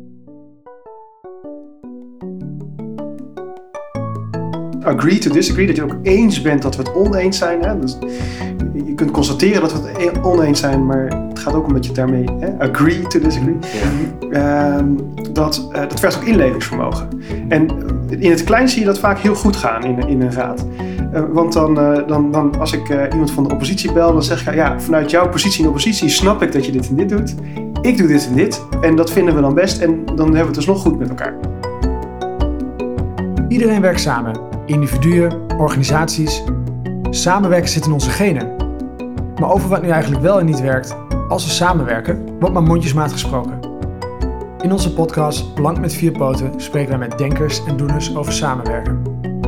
Agree to disagree, dat je ook eens bent dat we het oneens zijn. Hè? Dus je kunt constateren dat we het oneens zijn, maar het gaat ook om dat je daarmee agree to disagree. Ja. Dat vergt ook inlevingsvermogen. En in het klein zie je dat vaak heel goed gaan in een raad. Want dan als ik iemand van de oppositie bel, dan zeg ik vanuit jouw positie in de oppositie snap ik dat je dit en dit doet. Ik doe dit en dit en dat vinden we dan best en dan hebben we het dus nog goed met elkaar. Iedereen werkt samen. Individuen, organisaties. Samenwerken zit in onze genen. Maar over wat nu eigenlijk wel en niet werkt, als we samenwerken, wordt maar mondjesmaat gesproken. In onze podcast Blank met 4 poten spreken wij met denkers en doeners over samenwerken.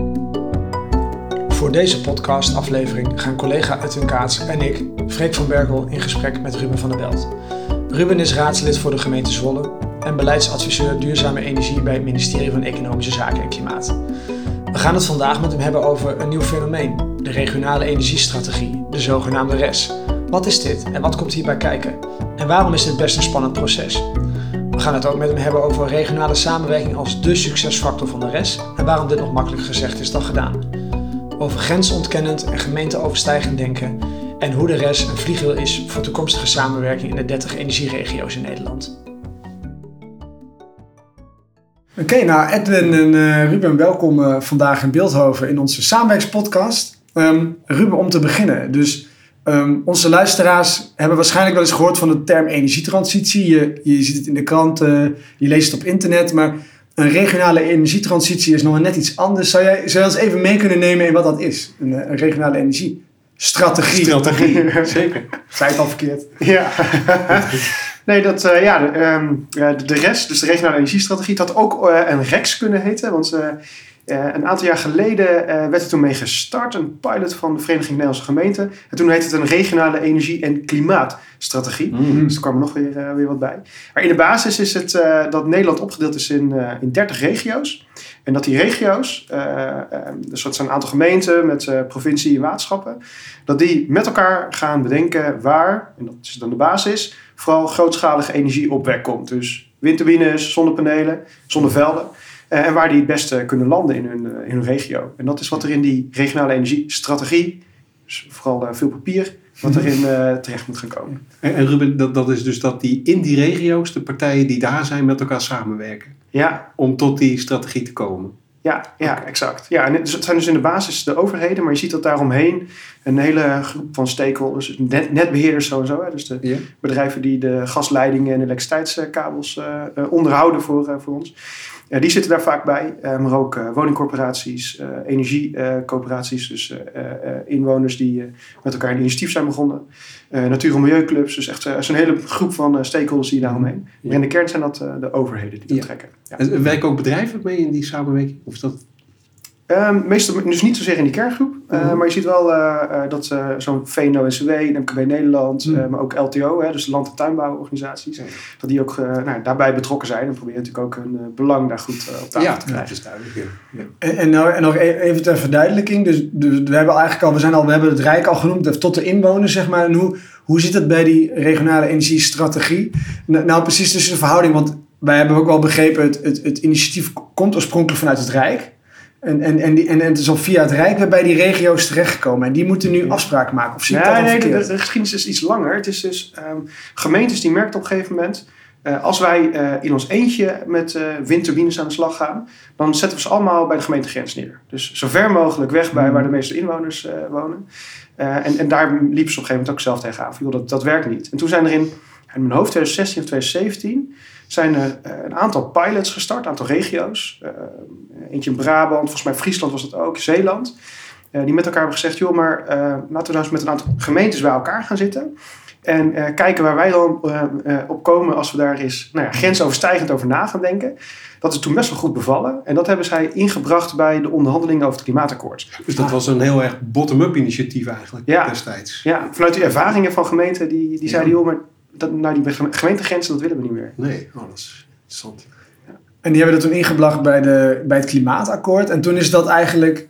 Voor deze podcastaflevering gaan collega Utwin Kaats en ik, Freek van Berkel, in gesprek met Ruben van der Belt. Ruben is raadslid voor de gemeente Zwolle en beleidsadviseur duurzame energie bij het ministerie van Economische Zaken en Klimaat. We gaan het vandaag met hem hebben over een nieuw fenomeen, de regionale energiestrategie, de zogenaamde RES. Wat is dit en wat komt hierbij kijken? En waarom is dit best een spannend proces? We gaan het ook met hem hebben over regionale samenwerking als dé succesfactor van de RES en waarom dit nog makkelijker gezegd is dan gedaan. Over grensontkennend en gemeenteoverstijgend denken en hoe de RES een vliegwiel is voor toekomstige samenwerking in de 30 energieregio's in Nederland. Oké, Edwin en Ruben, welkom vandaag in Bilthoven in onze samenwerkspodcast. Ruben, om te beginnen. Dus onze luisteraars hebben waarschijnlijk wel eens gehoord van de term energietransitie. Je ziet het in de kranten, je leest het op internet, maar een regionale energietransitie is nog net iets anders. Zou je ons even mee kunnen nemen in wat dat is? Een regionale energiestrategie. Strategie, zeker. Zei het al verkeerd. Ja. Nee, de RES, dus de regionale energiestrategie, dat had ook een REX kunnen heten. Want een aantal jaar geleden werd er toen mee gestart, een pilot van de Vereniging Nederlandse Gemeenten. En toen heette het een regionale energie- en klimaatstrategie. Mm-hmm. Dus er kwam er nog weer wat bij. Maar in de basis is het dat Nederland opgedeeld is in 30 regio's. En dat die regio's, dus dat zijn een aantal gemeenten met provincie en waterschappen, dat die met elkaar gaan bedenken waar, en dat is dan de basis, vooral grootschalige energieopwek komt. Dus windturbines, zonnepanelen, zonnevelden. En waar die het beste kunnen landen in hun regio. En dat is wat er in die regionale energiestrategie, dus vooral veel papier, wat erin terecht moet gaan komen. En Ruben, dat is dus dat die in die regio's, de partijen die daar zijn, met elkaar samenwerken. Ja. Om tot die strategie te komen. Ja, exact. Ja, en het zijn dus in de basis de overheden, maar je ziet dat daaromheen een hele groep van stakeholders, netbeheerders sowieso, hè, dus de bedrijven die de gasleidingen en elektriciteitskabels onderhouden voor ons. Die zitten daar vaak bij, maar ook woningcorporaties, energiecoöperaties, dus inwoners die met elkaar een initiatief zijn begonnen. Natuur- en milieuclubs, dus echt zo'n hele groep van stakeholders die daaromheen. Maar in de kern zijn dat de overheden die dat trekken. Ja. En werken ook bedrijven mee in die samenwerking? Of is dat... Meestal dus niet zozeer in die kerngroep, maar je ziet wel dat zo'n VNO-NCW, MKB Nederland, maar ook LTO, dus de land- en tuinbouworganisaties, dat die ook daarbij betrokken zijn. Dan probeer je natuurlijk ook hun belang daar goed op tafel te krijgen. Dat is duidelijk. Ja. En nog even ter verduidelijking, dus we hebben eigenlijk we hebben het Rijk al genoemd, tot de inwoners, zeg maar. En hoe zit het bij die regionale energiestrategie? Nou, precies tussen de verhouding, want wij hebben ook wel begrepen, het initiatief komt oorspronkelijk vanuit het Rijk. En het is al via het Rijk bij die regio's terechtgekomen. En die moeten nu afspraken maken. Of zie ik dat al verkeerd? De geschiedenis is iets langer. Het is dus gemeentes die merken op een gegeven moment, als wij in ons eentje met windturbines aan de slag gaan, dan zetten we ze allemaal bij de gemeentegrens neer. Dus zo ver mogelijk weg bij waar de meeste inwoners wonen. En daar liepen ze op een gegeven moment ook zelf tegenaan. Dat werkt niet. En toen zijn er in mijn hoofd 2016 of 2017... zijn er een aantal pilots gestart, een aantal regio's. Eentje in Brabant, volgens mij Friesland was dat ook, Zeeland. Die met elkaar hebben gezegd, joh, maar laten we nou eens met een aantal gemeentes bij elkaar gaan zitten. En kijken waar wij dan op komen als we daar eens grensoverstijgend over na gaan denken. Dat is toen best wel goed bevallen. En dat hebben zij ingebracht bij de onderhandelingen over het klimaatakkoord. Dus dat was een heel erg bottom-up initiatief eigenlijk destijds. Ja, vanuit die ervaringen van gemeenten die zeiden, joh, maar die gemeentegrenzen, dat willen we niet meer. Nee, dat is interessant. Ja. En die hebben dat toen ingebracht bij het klimaatakkoord. En toen is dat eigenlijk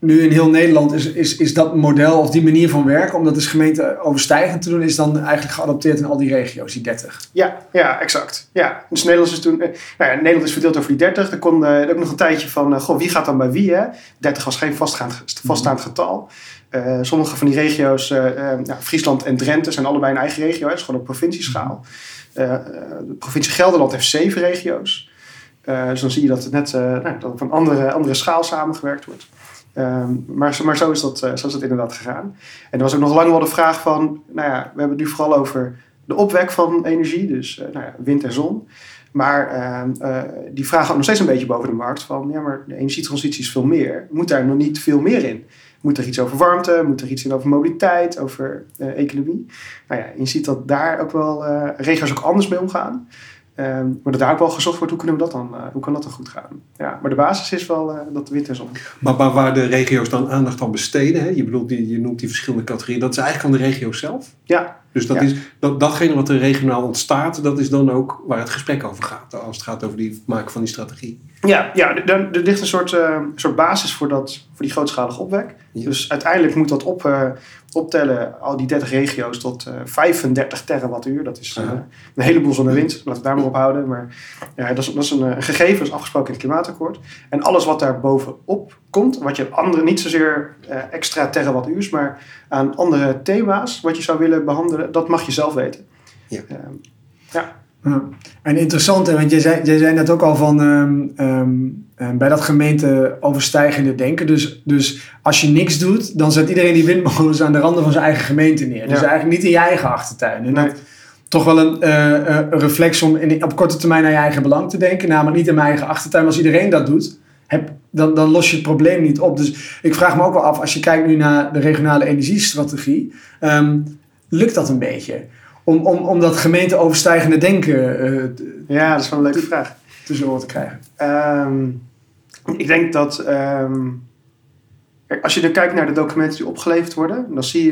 nu in heel Nederland is dat model of die manier van werken, om dat dus gemeenteoverstijgend te doen, is dan eigenlijk geadopteerd in al die regio's, die 30. Ja, exact. Ja. Dus Nederland is toen, Nederland is verdeeld over die 30. Er kon ook nog een tijdje van, wie gaat dan bij wie? Hè? 30 was geen vaststaand getal. Sommige van die regio's, Friesland en Drenthe, zijn allebei een eigen regio. Het is gewoon op provincieschaal. De provincie Gelderland heeft 7 regio's. Dus dan zie je dat het net dat op een andere schaal samengewerkt wordt. Maar zo is dat inderdaad gegaan. En er was ook nog lang wel de vraag van, we hebben het nu vooral over de opwek van energie, dus wind en zon. Maar die vraag hangt nog steeds een beetje boven de markt van, maar de energietransitie is veel meer. Moet daar nog niet veel meer in? Moet er iets over warmte? Moet er iets in over mobiliteit? Over economie? Je ziet dat daar ook wel regio's ook anders mee omgaan. Maar dat daar ook wel gezocht wordt, hoe kan dat dan goed gaan? Ja, maar de basis is wel dat wind en zon. Maar waar de regio's dan aandacht aan besteden, hè? Je noemt die verschillende categorieën, dat is eigenlijk aan de regio zelf? Ja. Dus is datgene wat er regionaal ontstaat, dat is dan ook waar het gesprek over gaat, als het gaat over die maken van die strategie. Ja, er ligt een soort basis voor die grootschalige opwek. Ja. Dus uiteindelijk moet dat optellen, al die 30 regio's, tot 35 terawattuur. Dat is een heleboel zon en wind. Laten we het daar maar op houden. Maar dat is een gegeven, dat is afgesproken in het klimaatakkoord. En alles wat daar bovenop komt, wat je niet zozeer extra terawattuurs, maar aan andere thema's, wat je zou willen behandelen, dat mag je zelf weten. Ja. En interessant, want jij zei net ook al van bij dat gemeenteoverstijgende denken. Dus als je niks doet, dan zet iedereen die windmolens aan de randen van zijn eigen gemeente neer. Ja. Dus eigenlijk niet in je eigen achtertuin. En dat toch wel een reflex om op korte termijn naar je eigen belang te denken. Namelijk niet in mijn eigen achtertuin. Maar als iedereen dat doet, dan los je het probleem niet op. Dus ik vraag me ook wel af, als je kijkt nu naar de regionale energiestrategie, lukt dat een beetje? Om dat gemeenteoverstijgende denken dat is wel een leuke vraag. Tussendoor te krijgen. Ik denk dat als je dan kijkt naar de documenten die opgeleverd worden, dan zie je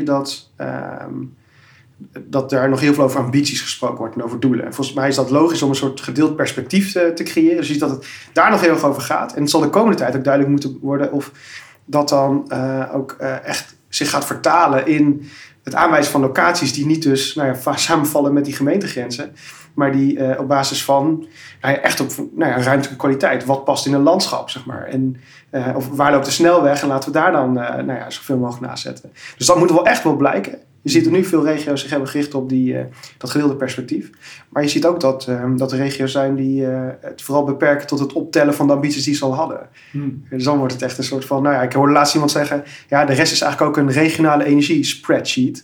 dat daar nog heel veel over ambities gesproken wordt en over doelen. En volgens mij is dat logisch om een soort gedeeld perspectief te creëren. Dus je ziet dat het daar nog heel erg over gaat. En het zal de komende tijd ook duidelijk moeten worden of dat dan ook echt zich gaat vertalen in het aanwijzen van locaties die niet dus samenvallen met die gemeentegrenzen, maar die op basis van echt op ruimtelijke kwaliteit. Wat past in een landschap, zeg maar. En, of waar loopt de snelweg en laten we daar dan zoveel mogelijk naast zetten. Dus dat moet wel echt wel blijken. Je ziet dat nu veel regio's zich hebben gericht op dat gedeelde perspectief. Maar je ziet ook dat er regio's zijn die het vooral beperken tot het optellen van de ambities die ze al hadden. Dus dan wordt het echt een soort van, ik hoorde laatst iemand zeggen, de rest is eigenlijk ook een regionale energie-spreadsheet.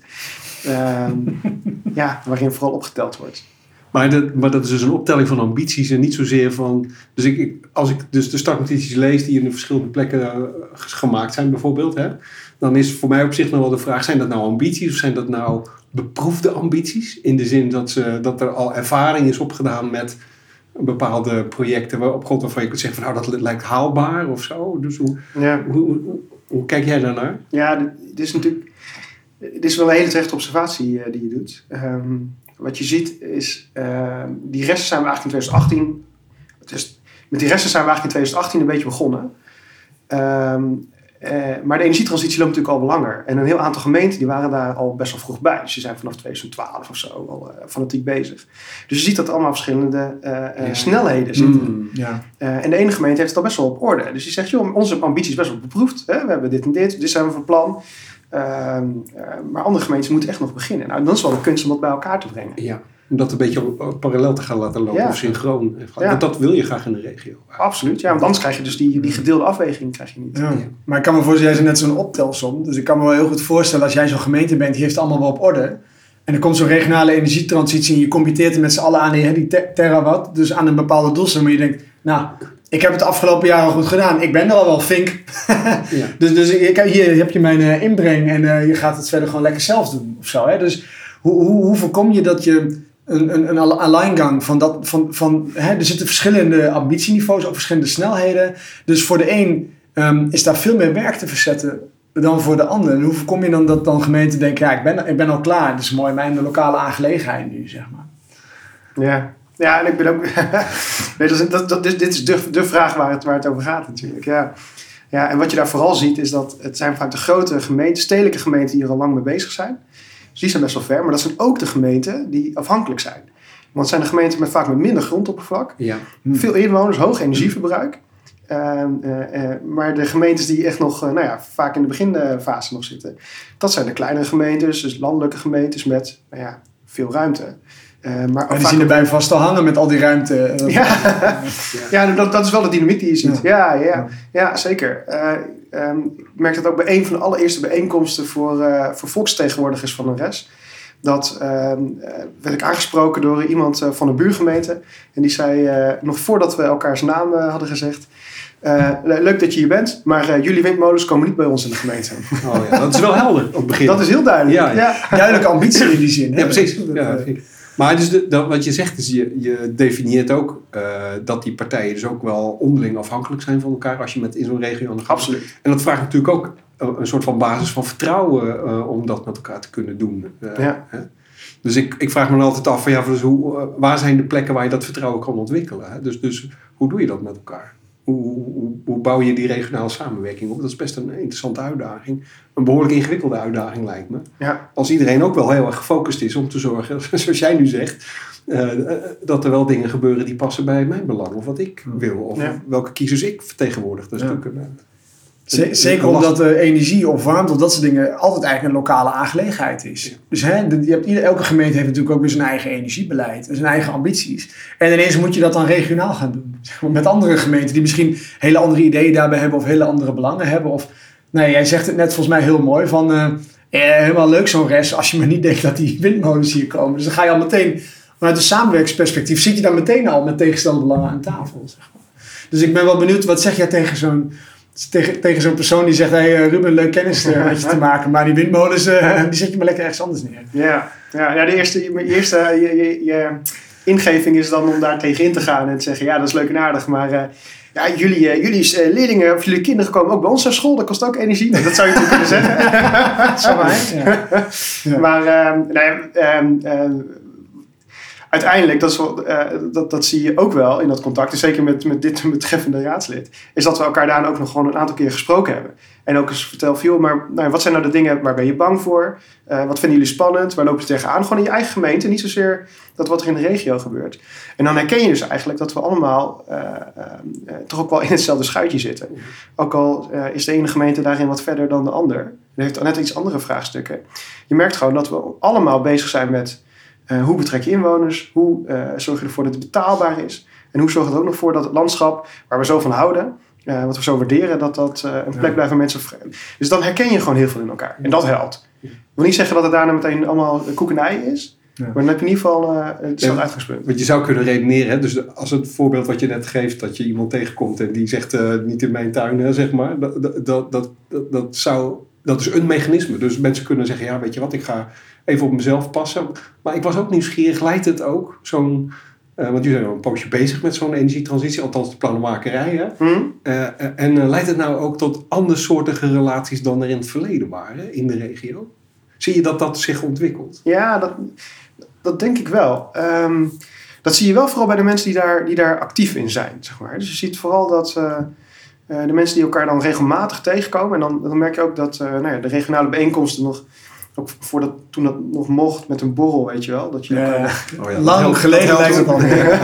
Waarin vooral opgeteld wordt. Maar dat is dus een optelling van ambities en niet zozeer van. Dus als ik dus de startnotities lees die in verschillende plekken gemaakt zijn, bijvoorbeeld, dan is voor mij op zich nog wel de vraag: zijn dat nou ambities of zijn dat nou beproefde ambities? In de zin dat er al ervaring is opgedaan met bepaalde projecten op grond waarvan je kunt zeggen van dat lijkt haalbaar of zo. Dus hoe kijk jij daarnaar? Ja, dit is wel een hele terechte observatie die je doet. Wat je ziet is, die resten zijn we eigenlijk in 2018... met die resten zijn we eigenlijk in 2018 een beetje begonnen. Maar de energietransitie loopt natuurlijk al langer. En een heel aantal gemeenten die waren daar al best wel vroeg bij. Dus die zijn vanaf 2012 of zo al fanatiek bezig. Dus je ziet dat er allemaal verschillende snelheden zitten. En de ene gemeente heeft het al best wel op orde. Dus die zegt, onze ambitie is best wel beproefd. We hebben dit en dit zijn we van plan. Maar andere gemeentes moeten echt nog beginnen. Nou, dan is wel een kunst om dat bij elkaar te brengen. Ja, om dat een beetje parallel te gaan laten lopen of synchroon. Want dat wil je graag in de regio. Absoluut, want anders krijg je dus die gedeelde afweging krijg je niet. Ja. Maar ik kan me voorstellen, jij is net zo'n optelsom. Dus ik kan me wel heel goed voorstellen, als jij zo'n gemeente bent, die heeft het allemaal wel op orde. En er komt zo'n regionale energietransitie en je computeert er met z'n allen aan die terawatt. Dus aan een bepaalde doelstelling. Maar je denkt, ik heb het de afgelopen jaar al goed gedaan. Ik ben er al wel, vink. Dus hier heb je mijn inbreng en je gaat het verder gewoon lekker zelf doen. Of zo, hè? Dus hoe voorkom je dat je een alleingang er zitten verschillende ambitieniveaus op verschillende snelheden. Dus voor de een is daar veel meer werk te verzetten dan voor de ander. En hoe voorkom je dan dat gemeenten denken, ik ben al klaar. Het is mooi mijn lokale aangelegenheid nu, zeg maar. Ja, en ik ben ook... dit is de vraag waar het over gaat natuurlijk. Ja. Ja, en wat je daar vooral ziet is dat het zijn vaak de grote gemeenten, stedelijke gemeenten die er al lang mee bezig zijn. Dus die zijn best wel ver, maar dat zijn ook de gemeenten die afhankelijk zijn. Want het zijn de gemeenten vaak met minder grondoppervlak, veel inwoners, hoog energieverbruik. Maar de gemeentes die echt nog vaak in de beginfase nog zitten, dat zijn de kleinere gemeentes, dus landelijke gemeentes met veel ruimte. Maar die zien erbij vast al hangen met al die ruimte. Dat is wel de dynamiek die je ziet. Ja, zeker. Ik merk dat ook bij een van de allereerste bijeenkomsten voor volksvertegenwoordigers van een RES. Dat werd ik aangesproken door iemand van een buurgemeente. En die zei, nog voordat we elkaars naam hadden gezegd... leuk dat je hier bent, maar jullie windmolens komen niet bij ons in de gemeente. Oh ja, dat is wel helder op het begin. Dat is heel duidelijk. Ja. Duidelijke ambitie in die zin. Hè? Ja, precies. Maar dus wat je zegt is, je definieert ook dat die partijen dus ook wel onderling afhankelijk zijn van elkaar als je in zo'n regio aan de gang. Absoluut. En dat vraagt natuurlijk ook een soort van basis van vertrouwen om dat met elkaar te kunnen doen. Hè? Dus ik vraag me dan altijd af van dus waar zijn de plekken waar je dat vertrouwen kan ontwikkelen? Hè? Dus hoe doe je dat met elkaar? Hoe bouw je die regionale samenwerking op? Dat is best een interessante uitdaging. Een behoorlijk ingewikkelde uitdaging lijkt me. Ja. Als iedereen ook wel heel erg gefocust is om te zorgen, zoals jij nu zegt, dat er wel dingen gebeuren die passen bij mijn belang. Of wat ik wil. Of welke kiezers ik vertegenwoordig. Dat is natuurlijk zeker omdat energie of warmte of dat soort dingen altijd eigenlijk een lokale aangelegenheid is. Ja. Dus elke gemeente heeft natuurlijk ook weer zijn eigen energiebeleid en zijn eigen ambities. En ineens moet je dat dan regionaal gaan doen. Met andere gemeenten die misschien hele andere ideeën daarbij hebben of hele andere belangen hebben. Of, jij zegt het net volgens mij heel mooi van helemaal leuk zo'n RES als je maar niet denkt dat die windmolens hier komen. Dus dan ga je al meteen vanuit een samenwerkingsperspectief zit je dan meteen al met tegenstelde belangen aan tafel. Zeg maar. Dus ik ben wel benieuwd, wat zeg jij tegen zo'n persoon die zegt, Ruben, leuk kennis met je te maken, maar die windmolens, die zet je maar lekker ergens anders neer. Ja, de eerste ingeving is dan om daar tegenin te gaan en te zeggen, dat is leuk en aardig, maar jullie leerlingen of jullie kinderen komen ook bij ons naar school, dat kost ook energie. Dat zou je natuurlijk kunnen zeggen. Zo maar, Maar uiteindelijk, dat zie je ook wel in dat contact, en zeker met dit betreffende raadslid, is dat we elkaar daar ook nog gewoon een aantal keer gesproken hebben. En ook eens vertel, maar wat zijn nou de dingen, waar ben je bang voor? Wat vinden jullie spannend? Waar lopen ze tegenaan? Gewoon in je eigen gemeente, niet zozeer dat wat er in de regio gebeurt. En dan herken je dus eigenlijk dat we allemaal toch ook wel in hetzelfde schuitje zitten. Ook al is de ene gemeente daarin wat verder dan de ander. En heeft net iets andere vraagstukken. Je merkt gewoon dat we allemaal bezig zijn met hoe betrek je inwoners? Hoe zorg je ervoor dat het betaalbaar is? En hoe zorg je er ook nog voor dat het landschap, waar we zo van houden, wat we zo waarderen, dat een plek blijft waar mensen... Dus dan herken je gewoon heel veel in elkaar. En dat helpt. Ik wil niet zeggen dat het daarna meteen allemaal koek en ei is. Ja. Maar dan heb je in ieder geval hetzelfde uitgangspunt. Want je zou kunnen redeneren, hè? Dus als het voorbeeld wat je net geeft, dat je iemand tegenkomt en die zegt niet in mijn tuin, zeg maar. Dat is een mechanisme. Dus mensen kunnen zeggen, weet je wat, ik ga even op mezelf passen. Maar ik was ook nieuwsgierig, leidt het ook zo'n... want jullie zijn al een poosje bezig met zo'n energietransitie, althans de plannenmakerij. En leidt het nou ook tot andersoortige relaties dan er in het verleden waren in de regio? Zie je dat zich ontwikkelt? Ja, dat denk ik wel. Dat zie je wel vooral bij de mensen die daar actief in zijn. Zeg maar. Dus je ziet vooral dat de mensen die elkaar dan regelmatig tegenkomen. En dan merk je ook dat de regionale bijeenkomsten nog... Ook toen dat nog mocht met een borrel, weet je wel. Dat je lang geleden lijkt het al.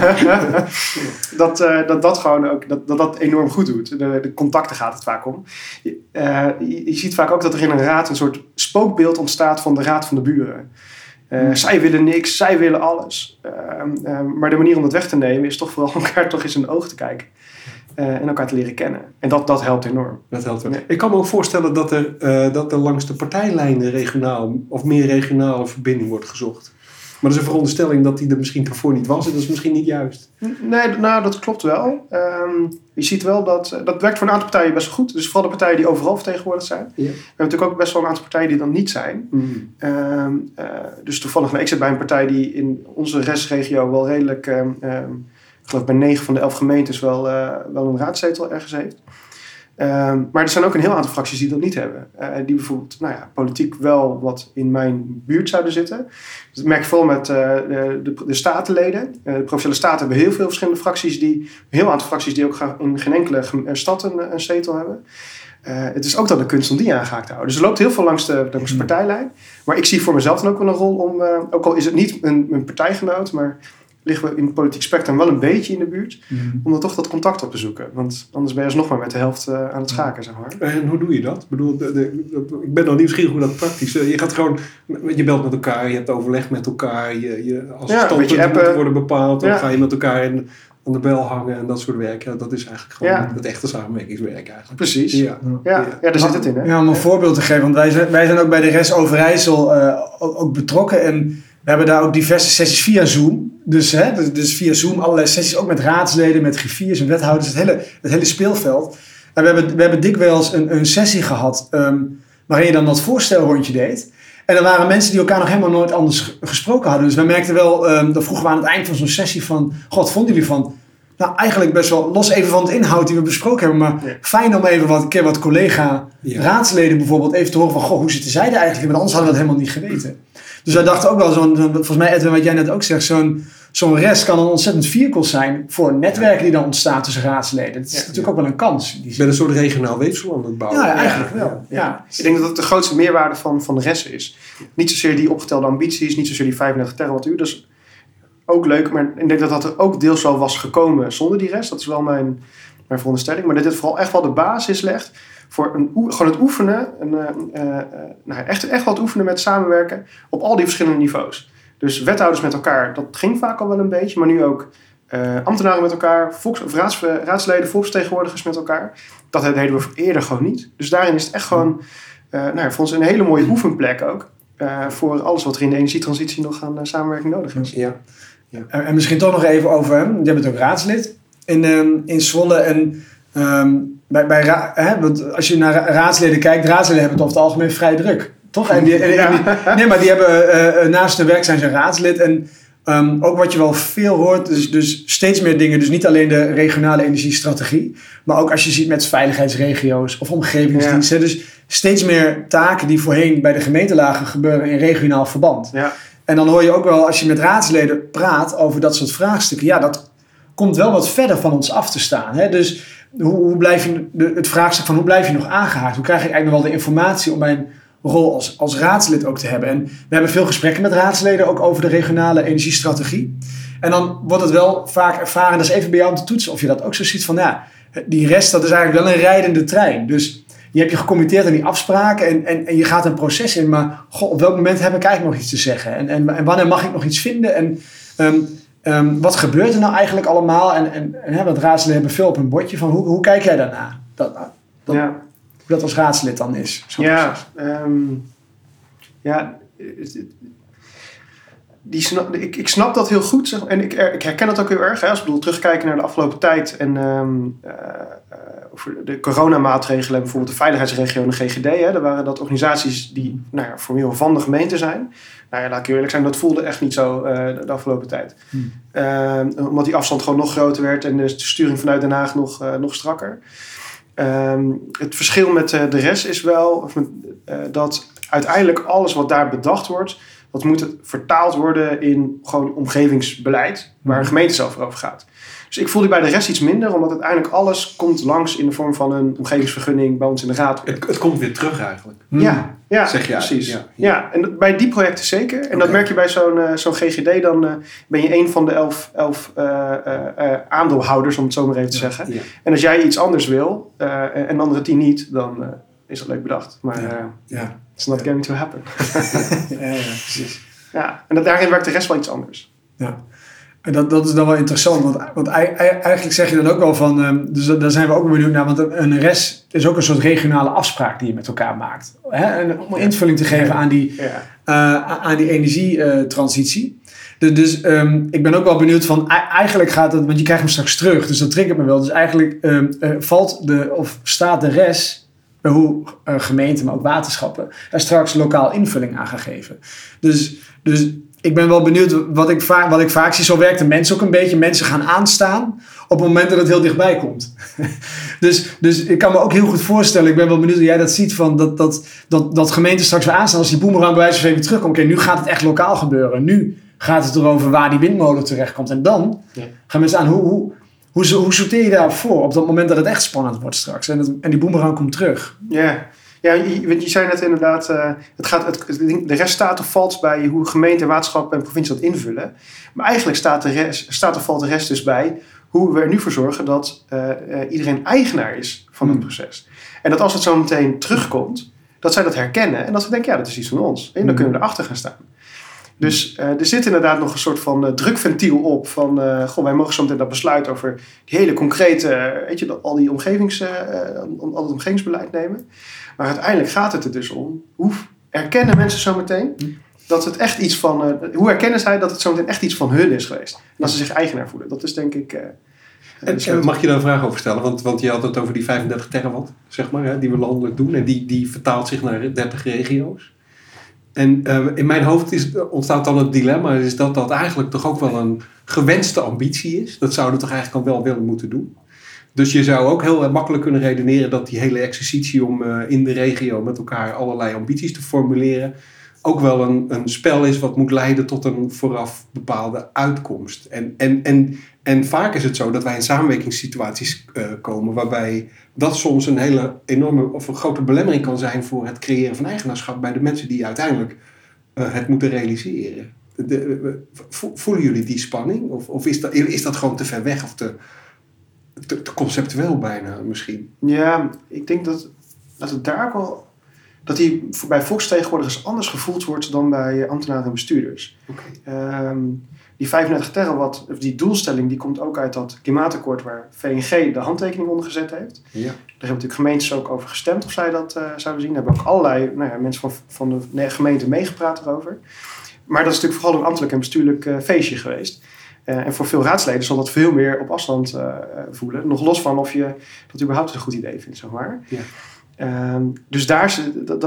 Dat gewoon ook, dat enorm goed doet. De contacten gaat het vaak om. Je ziet vaak ook dat er in een raad een soort spookbeeld ontstaat van de raad van de buren. Zij willen niks, zij willen alles. Maar de manier om dat weg te nemen is toch vooral elkaar toch eens in de ogen te kijken. En elkaar te leren kennen. En dat helpt enorm. Dat helpt wel. Ja. Ik kan me ook voorstellen dat er langs de partijlijnen regionaal of meer regionale verbinding wordt gezocht. Maar dat is een veronderstelling dat die er misschien daarvoor niet was. En dat is misschien niet juist. Nee, dat klopt wel. Je ziet wel dat werkt voor een aantal partijen best wel goed. Dus vooral de partijen die overal vertegenwoordigd zijn. Ja. We hebben natuurlijk ook best wel een aantal partijen die dan niet zijn. Dus toevallig, ik zit bij een partij die in onze restregio wel redelijk... ik geloof bij 9 van de 11 gemeentes wel een raadzetel ergens heeft. Maar er zijn ook een heel aantal fracties die dat niet hebben. Die bijvoorbeeld politiek wel wat in mijn buurt zouden zitten. Dat merk je vooral met de statenleden. De Provinciale Staten hebben heel veel verschillende fracties. Een heel aantal fracties die ook in geen enkele stad een zetel hebben. Het is ook dan de kunst om die aangehaakt te houden. Dus er loopt heel veel langs de partijlijn. Maar ik zie voor mezelf dan ook wel een rol om... ook al is het niet een partijgenoot, maar liggen we in het politiek spectrum wel een beetje in de buurt. Om dan toch dat contact op te zoeken. Want anders ben je alsnog maar met de helft aan het schaken, zeg maar. En hoe doe je dat? Ik bedoel, ik ben nog nieuwsgierig hoe dat praktisch is. Je gaat gewoon... Je belt met elkaar, je hebt overleg met elkaar. Als standpunten moeten worden bepaald, dan ga je met elkaar aan de bel hangen en dat soort werk. Ja, dat is eigenlijk gewoon het echte samenwerkingswerk eigenlijk. Precies. Ja, daar zit het in. Hè? Ja, om een voorbeeld te geven. Want wij zijn ook bij de RES Overijssel ook betrokken. En we hebben daar ook diverse sessies via Zoom. Dus via Zoom allerlei sessies. Ook met raadsleden, met griffiers en wethouders. Het hele speelveld. En we hebben dikwijls een sessie gehad waarin je dan dat voorstelrondje deed. En er waren mensen die elkaar nog helemaal nooit anders gesproken hadden. Dus wij merkten wel, dat vroegen we aan het eind van zo'n sessie van... God, vonden jullie van... Nou, eigenlijk best wel los even van het inhoud die we besproken hebben. Maar fijn om even wat collega-raadsleden bijvoorbeeld even te horen van... Goh, hoe zitten zij er eigenlijk in? Want anders hadden we dat helemaal niet geweten. Dus wij dachten ook wel, volgens mij Edwin, wat jij net ook zegt... Zo'n rest kan een ontzettend vehikel zijn voor netwerken die dan ontstaan tussen raadsleden. Dat is natuurlijk ook wel een kans. Met een soort regionaal weefsel aan het bouwen. Ja, eigenlijk wel. Ja. Ik denk dat het de grootste meerwaarde van de rest is. Niet zozeer die opgetelde ambities, niet zozeer die 35 terawattuur. Dat is ook leuk, maar ik denk dat er ook deels wel was gekomen zonder die rest. Dat is wel mijn veronderstelling. Maar dat dit vooral echt wel de basis legt voor gewoon het oefenen. Echt wel het oefenen met samenwerken op al die verschillende niveaus. Dus wethouders met elkaar, dat ging vaak al wel een beetje. Maar nu ook ambtenaren met elkaar, raadsleden, volksvertegenwoordigers met elkaar. Dat deden we eerder gewoon niet. Dus daarin is het echt gewoon voor ons een hele mooie oefenplek ook. Voor alles wat er in de energietransitie nog aan samenwerking nodig is. Ja. En misschien toch nog even over, jij bent ook raadslid in Zwolle. En want als je naar raadsleden kijkt, raadsleden hebben het over het algemeen vrij druk. Toch? En maar die hebben naast hun werk zijn ze raadslid. En ook wat je wel veel hoort, dus steeds meer dingen. Dus niet alleen de regionale energiestrategie. Maar ook als je ziet met veiligheidsregio's of omgevingsdiensten. Ja. Dus steeds meer taken die voorheen bij de gemeentelagen gebeuren in regionaal verband. Ja. En dan hoor je ook wel, als je met raadsleden praat over dat soort vraagstukken. Ja, dat komt wel wat verder van ons af te staan. Hè? Dus hoe blijf je, het vraagstuk van hoe blijf je nog aangehaakt? Hoe krijg ik eigenlijk nog wel de informatie om mijn rol als raadslid ook te hebben? En we hebben veel gesprekken met raadsleden ook over de regionale energiestrategie. En dan wordt het wel vaak ervaren, dat is even bij jou om te toetsen of je dat ook zo ziet van, die rest, dat is eigenlijk wel een rijdende trein. Dus je hebt je gecommitteerd aan die afspraken en je gaat een proces in, maar op welk moment heb ik eigenlijk nog iets te zeggen? En wanneer mag ik nog iets vinden? En wat gebeurt er nou eigenlijk allemaal? En wat raadsleden hebben veel op hun bordje van, hoe kijk jij daarna? Hoe dat als raadslid dan is. Ik snap dat heel goed. Zeg, en ik herken dat ook heel erg. Hè, als we terugkijken naar de afgelopen tijd. En over de coronamaatregelen. Bijvoorbeeld de veiligheidsregio en de GGD. Hè, waren dat organisaties die formeel van de gemeente zijn. Laat ik eerlijk zijn. Dat voelde echt niet zo de afgelopen tijd. Omdat die afstand gewoon nog groter werd. En de sturing vanuit Den Haag nog strakker. Het verschil met de rest is wel dat uiteindelijk alles wat daar bedacht wordt, dat moet vertaald worden in gewoon omgevingsbeleid, waar een gemeente zelf over gaat. Dus ik voel die bij de rest iets minder, omdat uiteindelijk alles komt langs in de vorm van een omgevingsvergunning bij ons in de raad. Het komt weer terug eigenlijk. Ja, zeg je precies. Ja, en bij die projecten zeker. En dat merk je bij zo'n GGD, dan ben je een van de 11 aandeelhouders, om het zo maar even te zeggen. Ja. En als jij iets anders wil en andere 10 niet, dan is dat leuk bedacht. Maar it's not going to happen. Precies. Ja, en daarin werkt de rest wel iets anders. Ja. En dat is dan wel interessant, want eigenlijk zeg je dan ook wel van, dus daar zijn we ook benieuwd naar, want een RES is ook een soort regionale afspraak die je met elkaar maakt. Hè? Om invulling te geven aan die energietransitie. Dus ik ben ook wel benieuwd van, eigenlijk gaat het, want je krijgt hem straks terug, dus dat triggert me wel. Dus eigenlijk staat de RES, hoe gemeenten, maar ook waterschappen, er straks lokaal invulling aan gaan geven. Dus ik ben wel benieuwd wat ik vaak zie. Zo werkt de mens ook een beetje. Mensen gaan aanstaan op het moment dat het heel dichtbij komt. dus ik kan me ook heel goed voorstellen. Ik ben wel benieuwd hoe jij dat ziet. Van dat gemeenten straks weer aanstaan. Als die boemerang bij wijze van even terugkomt. Oké, nu gaat het echt lokaal gebeuren. Nu gaat het erover waar die windmolen terechtkomt. En dan gaan mensen aan. Hoe sorteer je daarop voor? Op dat moment dat het echt spannend wordt straks. En die boemerang komt terug. Ja, je zei net inderdaad, de rest staat of valt bij hoe gemeente, waterschap en provincie dat invullen. Maar eigenlijk staat of valt de rest dus bij hoe we er nu voor zorgen dat iedereen eigenaar is van het proces. En dat als het zo meteen terugkomt, dat zij dat herkennen en dat ze denken, ja, dat is iets van ons. En dan kunnen we erachter gaan staan. Dus er zit inderdaad nog een soort van drukventiel op van, wij mogen zo meteen dat besluit over die hele concrete, al die al het omgevingsbeleid nemen. Maar uiteindelijk gaat het er dus om, hoe erkennen mensen zo meteen dat het echt iets van, hoe herkennen zij dat het zo meteen echt iets van hun is geweest? En dat ze zich eigenaar voelen. Dat is denk ik... En mag je daar een vraag over stellen? Want je had het over die 35 terawatt, zeg maar, hè, die we landelijk doen. En die vertaalt zich naar 30 regio's. En in mijn hoofd ontstaat dan het dilemma, is dat eigenlijk toch ook wel een gewenste ambitie is. Dat zouden we toch eigenlijk al wel willen moeten doen. Dus je zou ook heel makkelijk kunnen redeneren dat die hele exercitie om in de regio met elkaar allerlei ambities te formuleren ook wel een spel is wat moet leiden tot een vooraf bepaalde uitkomst. En vaak is het zo dat wij in samenwerkingssituaties komen waarbij dat soms een hele enorme of een grote belemmering kan zijn voor het creëren van eigenaarschap bij de mensen die uiteindelijk het moeten realiseren. Voelen jullie die spanning? Of is dat gewoon te ver weg of te conceptueel bijna misschien? Ja, ik denk dat het daar ook wel... dat die bij volksvertegenwoordigers anders gevoeld wordt dan bij ambtenaren en bestuurders. Okay. Die 35 terawatt, of die doelstelling, die komt ook uit dat klimaatakkoord waar VNG de handtekening onder gezet heeft. Ja. Daar hebben natuurlijk gemeentes ook over gestemd of zij dat zouden zien. Daar hebben ook allerlei mensen van de gemeente meegepraat erover. Maar dat is natuurlijk vooral een ambtelijk en bestuurlijk feestje geweest. En voor veel raadsleden zal dat veel meer op afstand voelen. Nog los van of je dat überhaupt een goed idee vindt, zeg maar. Ja. Dus daar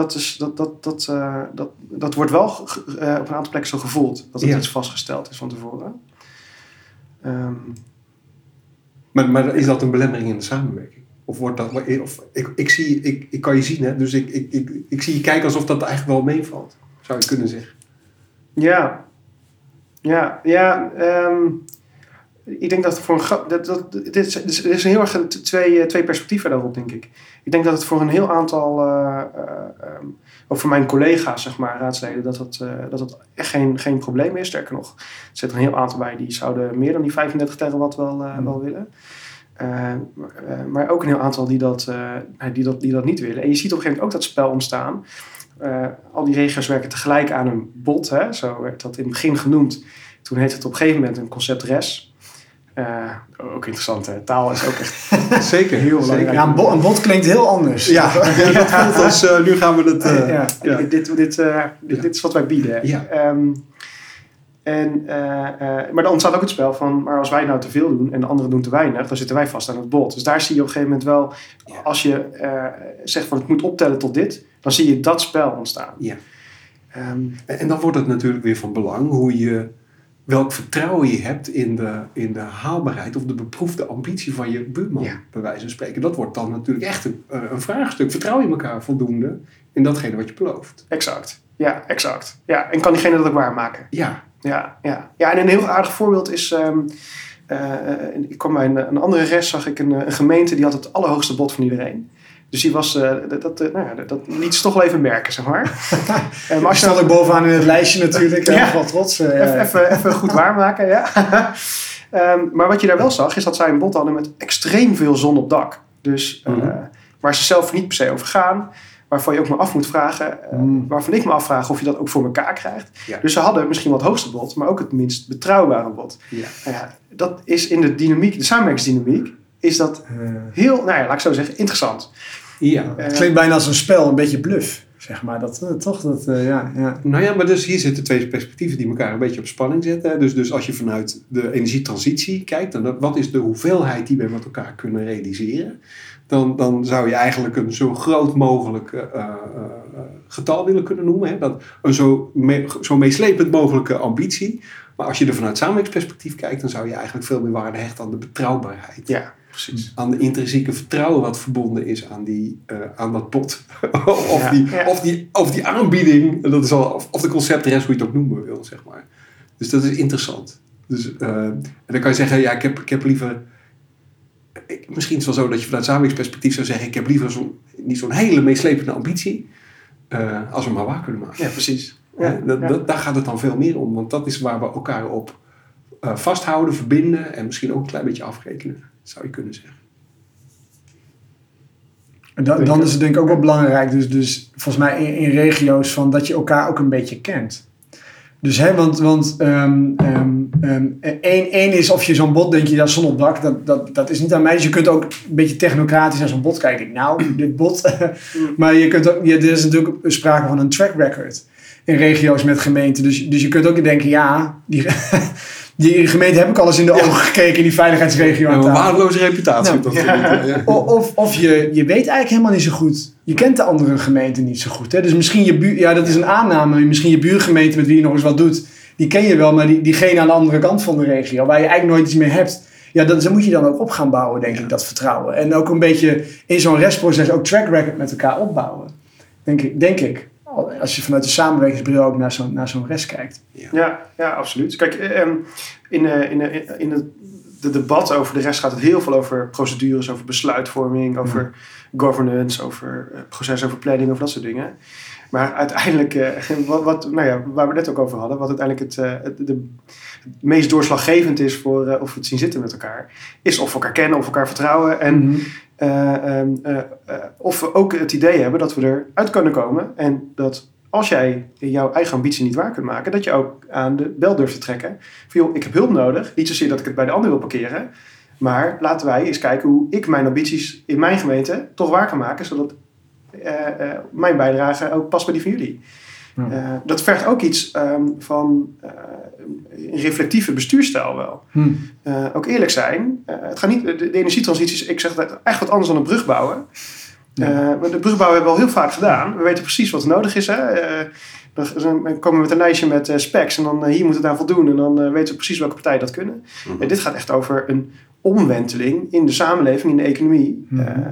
dat wordt wel op een aantal plekken zo gevoeld. Dat het iets vastgesteld is van tevoren. Maar is dat een belemmering in de samenwerking? Of wordt dat... Ik kan je zien, hè? Dus ik zie je kijken alsof dat eigenlijk wel meevalt. Zou je kunnen zeggen. Ik denk dat dit is een heel erg twee perspectieven daarop, denk ik. Ik denk dat het voor een heel aantal, ook voor mijn collega's, zeg maar, raadsleden, dat het echt geen probleem is. Sterker nog, er zitten een heel aantal bij die zouden meer dan die 35 terawatt wel willen. Maar ook een heel aantal die dat niet willen. En je ziet op een gegeven moment ook dat spel ontstaan. Al die regio's werken tegelijk aan een bod. Hè? Zo werd dat in het begin genoemd. Toen heette het op een gegeven moment een concept RES. Ook interessant, hè? Taal is ook echt zeker heel belangrijk. Ja, een bod klinkt heel anders. Ja, dat voelt als nu gaan we het... Dit is wat wij bieden. Ja. Maar er ontstaat ook het spel van, maar als wij nou te veel doen en de anderen doen te weinig, dan zitten wij vast aan het bod. Dus daar zie je op een gegeven moment wel, als je zegt van het moet optellen tot dit, dan zie je dat spel ontstaan. Ja. En dan wordt het natuurlijk weer van belang welk vertrouwen je hebt in de haalbaarheid of de beproefde ambitie van je buurman, bij wijze van spreken. Dat wordt dan natuurlijk echt een vraagstuk. Vertrouw je elkaar voldoende in datgene wat je belooft? Exact. Ja, exact. Ja, en kan diegene dat ook waarmaken? Ja. Ja, en een heel aardig voorbeeld is... ik kwam bij een andere rest, zag ik een gemeente die had het allerhoogste bod van iedereen. Dus die was, dat liet ze toch wel even merken, zeg maar. Maar als je staat ook bovenaan in het lijstje natuurlijk. Wel trots. Even goed waarmaken, ja. Maar wat je daar wel zag, is dat zij een bod hadden met extreem veel zon op dak. Dus waar ze zelf niet per se over gaan. Waarvan je ook maar af moet vragen. Waarvan ik me afvraag of je dat ook voor elkaar krijgt. Ja. Dus ze hadden misschien wat hoogste bod, maar ook het minst betrouwbare bod. Ja. Dat is in de dynamiek, de samenwerkingsdynamiek, is dat heel, laat ik zo zeggen, interessant. Ja. Het klinkt bijna als een spel, een beetje bluff. zeg maar. Ja. Nou ja, maar dus hier zitten twee perspectieven die elkaar een beetje op spanning zetten. Dus als je vanuit de energietransitie kijkt, dan wat is de hoeveelheid die we met elkaar kunnen realiseren? Dan zou je eigenlijk een zo groot mogelijk getal willen kunnen noemen. Hè? Dat een zo meeslepend mogelijke ambitie. Maar als je er vanuit samenwerkingsperspectief kijkt, dan zou je eigenlijk veel meer waarde hechten aan de betrouwbaarheid. Ja, precies. Aan de intrinsieke vertrouwen wat verbonden is aan dat bod. of die aanbieding. Dat is of de conceptrest, hoe je het ook noemen wil, zeg maar. Dus dat is interessant. Dus, en dan kan je zeggen, ja, ik heb liever... Misschien is het wel zo dat je vanuit samenwerkingsperspectief zou zeggen, ik heb liever niet zo'n hele meeslepende ambitie, als we maar waar kunnen maken. Ja, precies. Daar gaat het dan veel meer om, want dat is waar we elkaar op vasthouden, verbinden en misschien ook een klein beetje afrekenen, zou je kunnen zeggen. Dan is het denk ik ook wel belangrijk, dus volgens mij in regio's, van dat je elkaar ook een beetje kent. Dus want één is of je zo'n bod, denk je, dat zon op dak, dat is niet aan mij. Dus je kunt ook een beetje technocratisch naar zo'n bod kijken. Nou, dit bod. Maar je kunt ook, er is natuurlijk sprake van een track record in regio's met gemeenten. Dus je kunt ook denken, ja, die gemeente heb ik al eens in de ogen gekeken in die veiligheidsregio. Een waardeloze reputatie. Of je weet eigenlijk helemaal niet zo goed. Je kent de andere gemeenten niet zo goed. Hè? Dus misschien dat is een aanname. Misschien je buurgemeente met wie je nog eens wat doet. Die ken je wel, maar diegene aan de andere kant van de regio, waar je eigenlijk nooit iets mee hebt. Ja, dat moet je dan ook op gaan bouwen, denk ik, dat vertrouwen. En ook een beetje in zo'n restproces ook track record met elkaar opbouwen. Denk ik. Als je vanuit de samenwerkingsbril ook naar zo'n rest kijkt. Ja, absoluut. Kijk, in de debat over de rest gaat het heel veel over procedures, over besluitvorming, over governance, over proces, over planning, over dat soort dingen. Maar uiteindelijk, waar we net ook over hadden, wat uiteindelijk het meest doorslaggevend is voor of we het zien zitten met elkaar, is of we elkaar kennen, of we elkaar vertrouwen en of we ook het idee hebben dat we eruit kunnen komen en dat als jij jouw eigen ambitie niet waar kunt maken, dat je ook aan de bel durft te trekken. Van, joh, ik heb hulp nodig. Niet zozeer dat ik het bij de ander wil parkeren. Maar laten wij eens kijken hoe ik mijn ambities in mijn gemeente toch waar kan maken. Zodat mijn bijdrage ook past bij die van jullie. Dat vergt ook iets van een reflectieve bestuurstijl wel. Ook eerlijk zijn. Het gaat niet, de energietransitie, ik zeg dat echt wat anders dan een brug bouwen. De brugbouw hebben we al heel vaak gedaan. We weten precies wat er nodig is. Dan komen we met een lijstje met specs. En dan hier moet het aan voldoen. En dan weten we precies welke partijen dat kunnen. En dit gaat echt over een omwenteling in de samenleving, in de economie.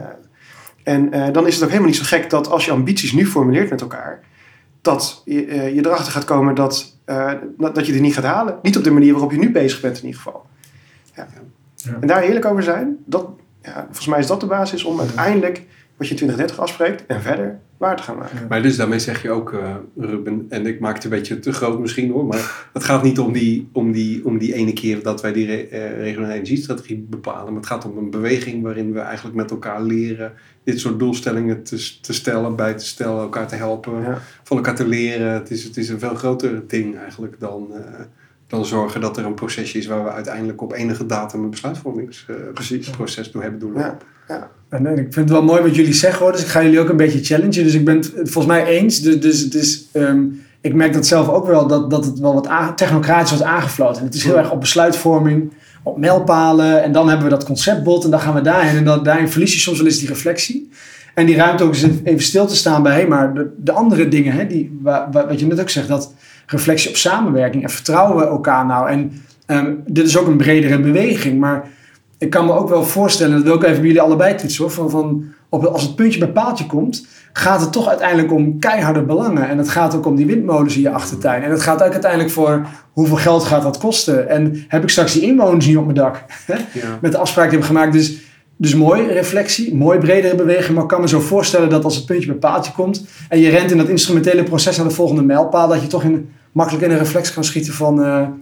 En dan is het ook helemaal niet zo gek dat als je ambities nu formuleert met elkaar, dat je erachter gaat komen dat je die niet gaat halen. Niet op de manier waarop je nu bezig bent in ieder geval. Ja. En daar eerlijk over zijn, volgens mij is dat de basis om uiteindelijk wat je in 2030 afspreekt en verder waar te gaan maken. Maar dus daarmee zeg je ook, Ruben, en ik maak het een beetje te groot misschien hoor, maar het gaat niet om die ene keer dat wij die regionale energiestrategie bepalen, maar het gaat om een beweging waarin we eigenlijk met elkaar leren dit soort doelstellingen te stellen, bij te stellen, elkaar te helpen, van elkaar te leren. Het is een veel groter ding eigenlijk dan zorgen dat er een procesje is waar we uiteindelijk op enige datum een besluitvormingsproces door hebben doorlopen. Ja. En ik vind het wel mooi wat jullie zeggen hoor, dus ik ga jullie ook een beetje challengen. Dus ik ben het volgens mij eens. Dus het is, ik merk dat zelf ook wel, dat het wel wat technocratisch wordt aangefloten. En het is heel erg op besluitvorming, op mijlpalen. En dan hebben we dat conceptbod en dan gaan we daarheen. En daarin verlies je soms wel eens die reflectie. En die ruimte ook eens even stil te staan bij, maar de andere dingen, wat je net ook zegt, dat reflectie op samenwerking en vertrouwen we elkaar nou. En dit is ook een bredere beweging, maar ik kan me ook wel voorstellen, dat wil ik even bij jullie allebei toetsen hoor, als het puntje bij paaltje komt, gaat het toch uiteindelijk om keiharde belangen. En het gaat ook om die windmolens in je achtertuin. En het gaat ook uiteindelijk voor hoeveel geld gaat dat kosten. En heb ik straks die inwoners niet op mijn dak? Met de afspraak die we hebben gemaakt. Dus mooi reflectie, mooi bredere beweging. Maar ik kan me zo voorstellen dat als het puntje bij paaltje komt en je rent in dat instrumentele proces naar de volgende mijlpaal, dat je toch makkelijk in een reflex kan schieten van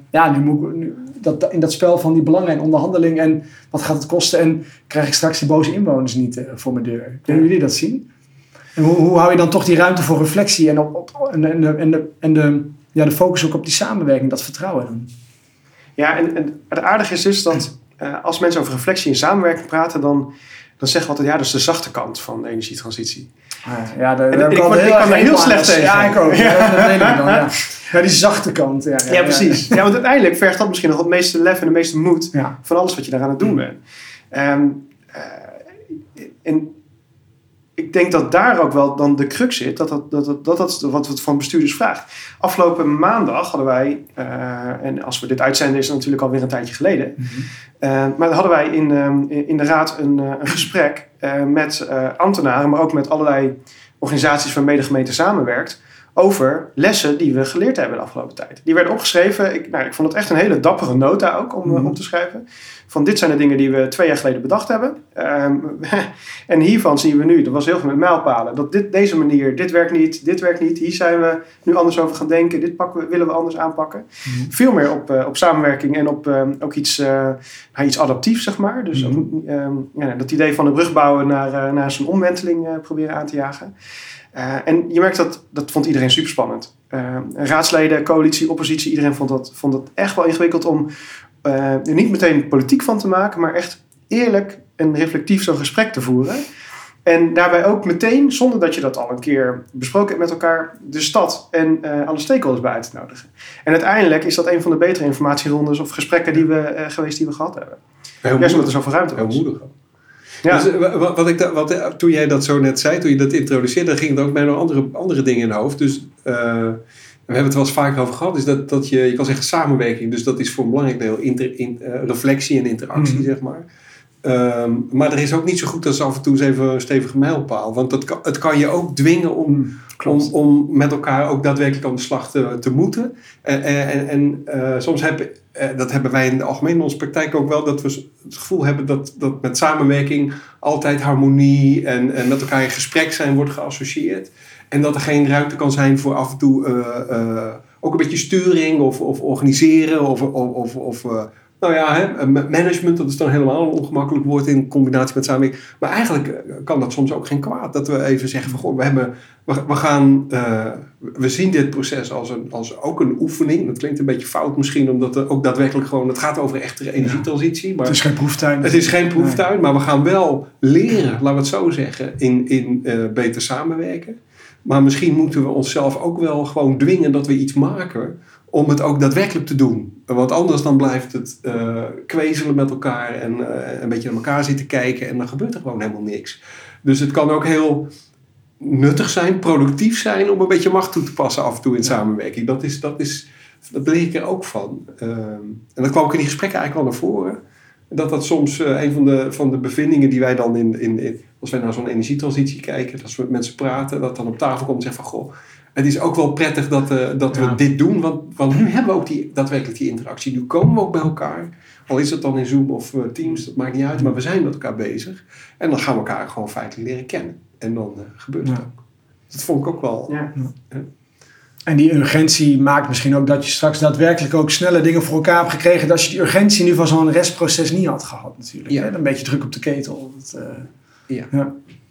in dat spel van die belangen en onderhandeling en wat gaat het kosten en krijg ik straks die boze inwoners niet voor mijn deur. Kunnen jullie dat zien? En hoe hou je dan toch die ruimte voor reflectie en de focus ook op die samenwerking, dat vertrouwen dan? Ja, en het aardige is dus dat als mensen over reflectie en samenwerking praten, dan zeggen we altijd, dat is de zachte kant van de energietransitie. Ik kan er heel slecht tegen. Ja, ik ook. Ja, dat weet ik dan, ja. Ja, die zachte kant. Ja, precies. Ja, want uiteindelijk vergt dat misschien nog het meeste lef en de meeste moed van alles wat je daar aan het doen bent. En ik denk dat daar ook wel dan de crux zit. Dat is wat het van bestuurders vraagt. Afgelopen maandag hadden wij, en als we dit uitzenden is het natuurlijk alweer een tijdje geleden. Maar hadden wij in de raad een gesprek met ambtenaren, maar ook met allerlei organisaties waarmee de gemeente samenwerkt, over lessen die we geleerd hebben de afgelopen tijd. Die werden opgeschreven. Ik vond het echt een hele dappere nota ook om op te schrijven. Van dit zijn de dingen die we 2 jaar geleden bedacht hebben. En hiervan zien we nu, dat was heel veel met mijlpalen, dat deze manier, dit werkt niet. Hier zijn we nu anders over gaan denken. Dit willen we anders aanpakken. Veel meer op samenwerking en op ook iets adaptiefs, zeg maar. Dus dat idee van een brug bouwen naar zo'n omwenteling proberen aan te jagen. En je merkt dat vond iedereen super spannend. Raadsleden, coalitie, oppositie, iedereen vond dat echt wel ingewikkeld om er niet meteen politiek van te maken, maar echt eerlijk en reflectief zo'n gesprek te voeren. En daarbij ook meteen, zonder dat je dat al een keer besproken hebt met elkaar, de stad en alle stakeholders bij uit te nodigen. En uiteindelijk is dat een van de betere informatierondes of gesprekken die we gehad hebben. Juist omdat er zoveel ruimte was. Heel moedig. Ja. Dus toen jij dat zo net zei, toen je dat introduceerde, ging het ook bij nog andere dingen in het hoofd. Dus we hebben het wel eens vaker over gehad, is dat je kan zeggen samenwerking. Dus dat is voor een belangrijk deel reflectie en interactie, zeg maar. Maar er is ook niet zo goed als af en toe eens even een stevige mijlpaal. Want het kan je ook dwingen om met elkaar ook daadwerkelijk aan de slag te moeten. En soms dat hebben wij in de algemeen in onze praktijk ook wel, dat we het gevoel hebben dat met samenwerking altijd harmonie en met elkaar in gesprek zijn wordt geassocieerd. En dat er geen ruimte kan zijn voor af en toe ook een beetje sturing of organiseren of management, dat is dan helemaal een ongemakkelijk woord in combinatie met samenwerking. Maar eigenlijk kan dat soms ook geen kwaad. Dat we even zeggen van, goh, we zien dit proces als ook een oefening. Dat klinkt een beetje fout misschien, omdat het ook daadwerkelijk gewoon, het gaat over echte energietransitie. Maar het is geen proeftuin. Het is geen proeftuin, maar we gaan wel leren, laten we het zo zeggen, in beter samenwerken. Maar misschien moeten we onszelf ook wel gewoon dwingen dat we iets maken om het ook daadwerkelijk te doen. Want anders dan blijft het kwezelen met elkaar en een beetje naar elkaar zitten kijken en dan gebeurt er gewoon helemaal niks. Dus het kan ook heel nuttig zijn, productief zijn om een beetje macht toe te passen af en toe in samenwerking. Dat leer ik er ook van. En dat kwam ook in die gesprekken eigenlijk wel naar voren. Dat soms een van de bevindingen die wij dan als wij naar zo'n energietransitie kijken, als we met mensen praten, dat dan op tafel komt en zeggen van, goh, het is ook wel prettig dat we dit doen, want nu hebben we ook daadwerkelijk die interactie. Nu komen we ook bij elkaar, al is het dan in Zoom of Teams, dat maakt niet uit, maar we zijn met elkaar bezig. En dan gaan we elkaar gewoon feitelijk leren kennen. En dan gebeurt het ook. Dat vond ik ook wel. Ja. En die urgentie maakt misschien ook dat je straks daadwerkelijk ook snelle dingen voor elkaar hebt gekregen, dat je die urgentie nu van zo'n restproces niet had gehad natuurlijk. Ja. Een beetje druk op de ketel. Ja.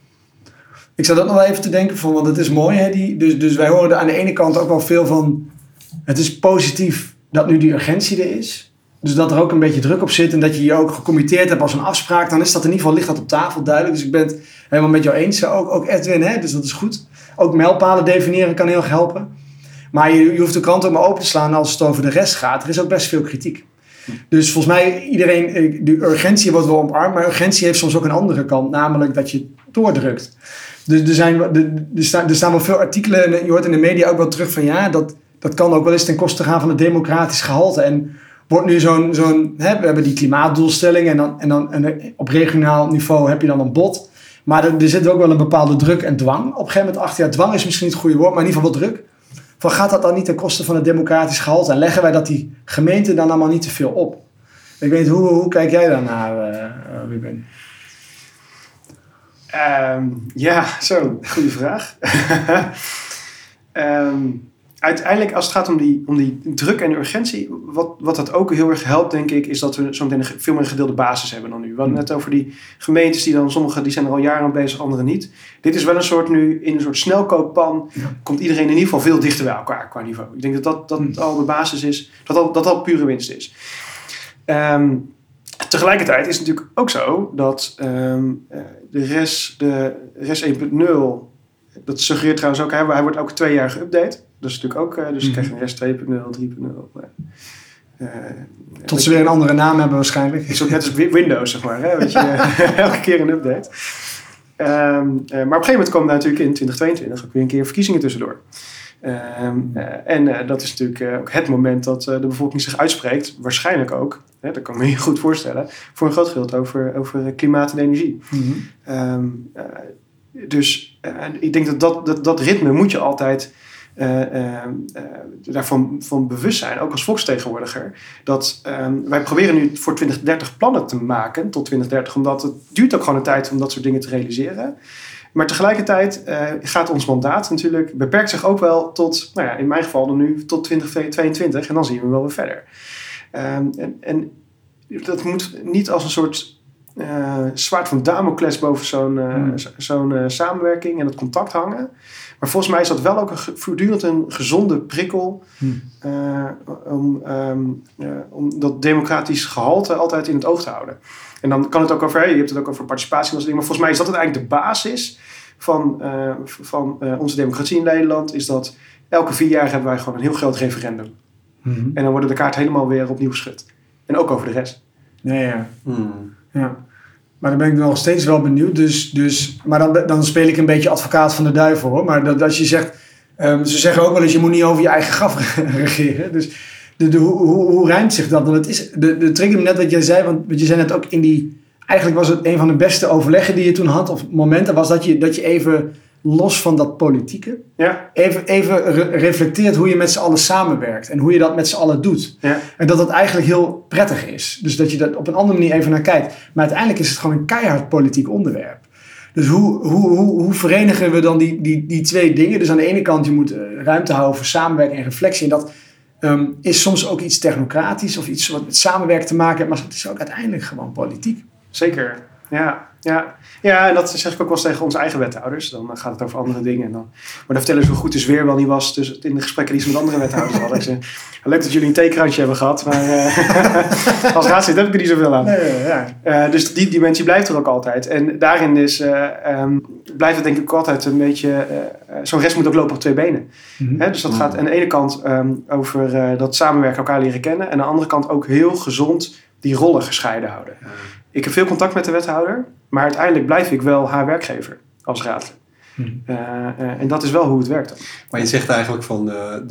Ik zat ook nog wel even te denken van, want het is mooi, hè, dus wij horen er aan de ene kant ook wel veel van, het is positief dat nu die urgentie er is. Dus dat er ook een beetje druk op zit en dat je je ook gecommitteerd hebt als een afspraak, dan is dat in ieder geval, ligt dat op tafel duidelijk. Dus ik ben het helemaal met jou eens, ook Edwin, hè, dus dat is goed. Ook mijlpalen definiëren kan heel erg helpen. Maar je hoeft de krant ook maar open te slaan als het over de rest gaat. Er is ook best veel kritiek. Dus volgens mij, de urgentie wordt wel omarmd, maar urgentie heeft soms ook een andere kant, namelijk dat je doordrukt. Dus er staan wel veel artikelen en je hoort in de media ook wel terug van dat kan ook wel eens ten koste gaan van het democratisch gehalte. En wordt nu we hebben die klimaatdoelstelling en dan op regionaal niveau heb je dan een bod. Maar er zit ook wel een bepaalde druk en dwang. Op een gegeven moment achter, dwang is misschien niet het goede woord, maar in ieder geval wel druk. Van gaat dat dan niet ten koste van het democratisch gehalte? En leggen wij dat die gemeenten dan allemaal niet te veel op? Ik weet niet, hoe kijk jij daarnaar, Ruben? Goede vraag. Uiteindelijk, als het gaat om die druk en urgentie, wat dat ook heel erg helpt, denk ik, is dat we zo meteen veel meer een gedeelde basis hebben dan nu. We hadden net over die gemeentes sommige die zijn er al jaren aan bezig, andere niet. Dit is wel een soort nu, in een soort snelkookpan, komt iedereen in ieder geval veel dichter bij elkaar qua niveau. Ik denk dat al de basis is, dat al pure winst is. Tegelijkertijd is het natuurlijk ook zo dat de RES 1.0 dat suggereert trouwens ook, hij wordt elke 2 jaar geüpdate. Dat is natuurlijk ook, dus je krijgt een REST 2.0, 3.0. Tot ze weer een andere naam hebben waarschijnlijk. Het is ook net als Windows, zeg maar. Hè? Weet je, elke keer een update. Maar op een gegeven moment komen daar natuurlijk in 2022 ook weer een keer verkiezingen tussendoor. En dat is natuurlijk ook het moment dat de bevolking zich uitspreekt. Waarschijnlijk ook, dat kan ik me heel goed voorstellen, voor een groot gedeelte over klimaat en energie. Mm-hmm. Dus ik denk dat ritme moet je altijd daarvan bewust zijn, ook als volksvertegenwoordiger. Dat wij proberen nu voor 2030 plannen te maken, tot 2030, omdat het duurt ook gewoon een tijd om dat soort dingen te realiseren. Maar tegelijkertijd gaat ons mandaat natuurlijk, beperkt zich ook wel tot, in mijn geval dan nu, tot 2022 en dan zien we wel weer verder. En dat moet niet als een soort zwaard van Damocles boven zo'n samenwerking en het contact hangen. Maar volgens mij is dat wel ook voortdurend een gezonde prikkel om dat democratisch gehalte altijd in het oog te houden. En dan kan het ook over, je hebt het ook over participatie en dat soort dingen, maar volgens mij is dat uiteindelijk de basis van onze democratie in Nederland, is dat elke 4 jaar hebben wij gewoon een heel groot referendum. Mm-hmm. En dan worden de kaarten helemaal weer opnieuw geschud. En ook over de rest. Ja. Maar dan ben ik nog steeds wel benieuwd. Maar dan speel ik een beetje advocaat van de duivel, hoor. Maar dat als je zegt, ze zeggen ook wel eens, je moet niet over je eigen graf regeren. Dus hoe rijmt zich dat? Want het is, de trigger net wat jij zei, want je zei net ook eigenlijk was het een van de beste overleggen die je toen had, of momenten, was dat je even los van dat politieke, even reflecteert hoe je met z'n allen samenwerkt en hoe je dat met z'n allen doet. Ja. En dat eigenlijk heel prettig is. Dus dat je dat op een andere manier even naar kijkt. Maar uiteindelijk is het gewoon een keihard politiek onderwerp. Dus hoe verenigen we dan die 2 dingen? Dus aan de ene kant, je moet ruimte houden voor samenwerking en reflectie. En dat is soms ook iets technocratisch of iets wat met samenwerken te maken heeft. Maar het is ook uiteindelijk gewoon politiek. Zeker, ja, en dat zeg ik ook wel eens tegen onze eigen wethouders. Dan gaat het over andere dingen. Maar dan vertellen ze hoe goed de sfeer wel niet was dus in de gesprekken die ze met andere wethouders hadden. Ik zeg, leuk dat jullie een theekransje hebben gehad, maar als raadslid heb ik er niet zoveel aan. Nee. Dus die dimensie blijft er ook altijd. En daarin blijft het denk ik ook altijd een beetje, zo'n rest moet ook lopen op 2 benen. Mm-hmm. Dus dat gaat aan de ene kant over dat samenwerken, elkaar leren kennen. En aan de andere kant ook heel gezond die rollen gescheiden houden. Ja. Ik heb veel contact met de wethouder, maar uiteindelijk blijf ik wel haar werkgever als raadslid. En dat is wel hoe het werkt dan. Maar je zegt eigenlijk van,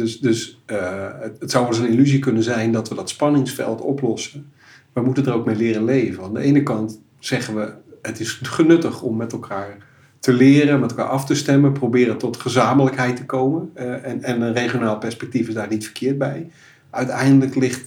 het zou wel eens een illusie kunnen zijn dat we dat spanningsveld oplossen. We moeten er ook mee leren leven. Aan de ene kant zeggen we, het is genuttig om met elkaar te leren, met elkaar af te stemmen, proberen tot gezamenlijkheid te komen. En een regionaal perspectief is daar niet verkeerd bij. Uiteindelijk ligt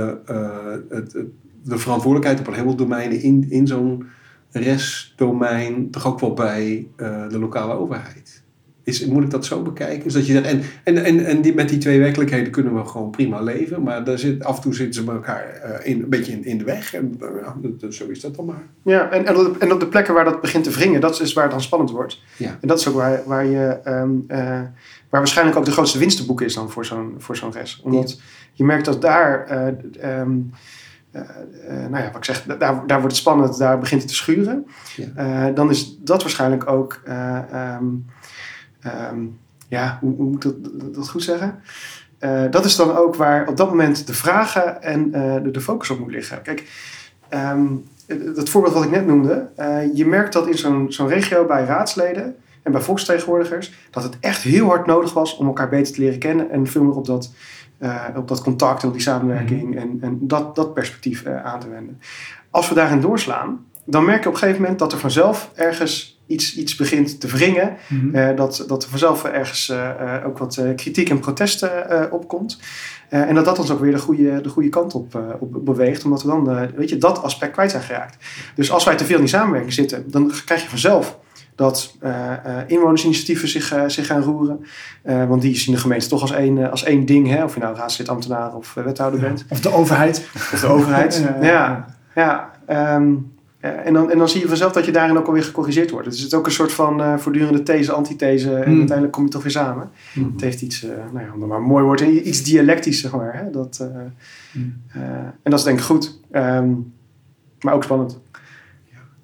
de verantwoordelijkheid op een heleboel domeinen in zo'n restdomein toch ook wel bij de lokale overheid. Moet ik dat zo bekijken? Is dat je zegt, en met die 2 werkelijkheden kunnen we gewoon prima leven, maar af en toe zitten ze elkaar een beetje in de weg. En zo is dat dan maar. Ja, en op de plekken waar dat begint te wringen, dat is waar het dan spannend wordt. Ja. En dat is ook waar waarschijnlijk ook de grootste winst te boeken is dan voor zo'n rest. Omdat je merkt dat daar wat ik zeg, daar wordt het spannend, daar begint het te schuren. Ja. Dan is dat waarschijnlijk ook, hoe moet ik dat goed zeggen? Dat is dan ook waar op dat moment de vragen en de focus op moet liggen. Kijk, dat voorbeeld wat ik net noemde, je merkt dat in zo'n regio bij raadsleden en bij volksvertegenwoordigers, dat het echt heel hard nodig was om elkaar beter te leren kennen en veel meer op dat contact en op die samenwerking en dat perspectief aan te wenden. Als we daarin doorslaan, dan merk je op een gegeven moment dat er vanzelf ergens iets begint te wringen. Mm-hmm. Dat er vanzelf ergens ook wat kritiek en protesten opkomt. En dat ons ook weer de goede kant op beweegt. Omdat we dan dat aspect kwijt zijn geraakt. Dus als wij te veel in die samenwerking zitten, dan krijg je vanzelf dat inwonersinitiatieven zich gaan roeren. Want die zien de gemeente toch als één ding. Hè? Of je nou raadslid, ambtenaar of wethouder bent. Of de overheid. En dan zie je vanzelf dat je daarin ook alweer gecorrigeerd wordt. Dus het is ook een soort van voortdurende these, antithese. En uiteindelijk kom je toch weer samen. Het heeft iets, om dat maar mooi wordt, iets dialectisch, zeg maar. Hè? En dat is denk ik goed. Maar ook spannend.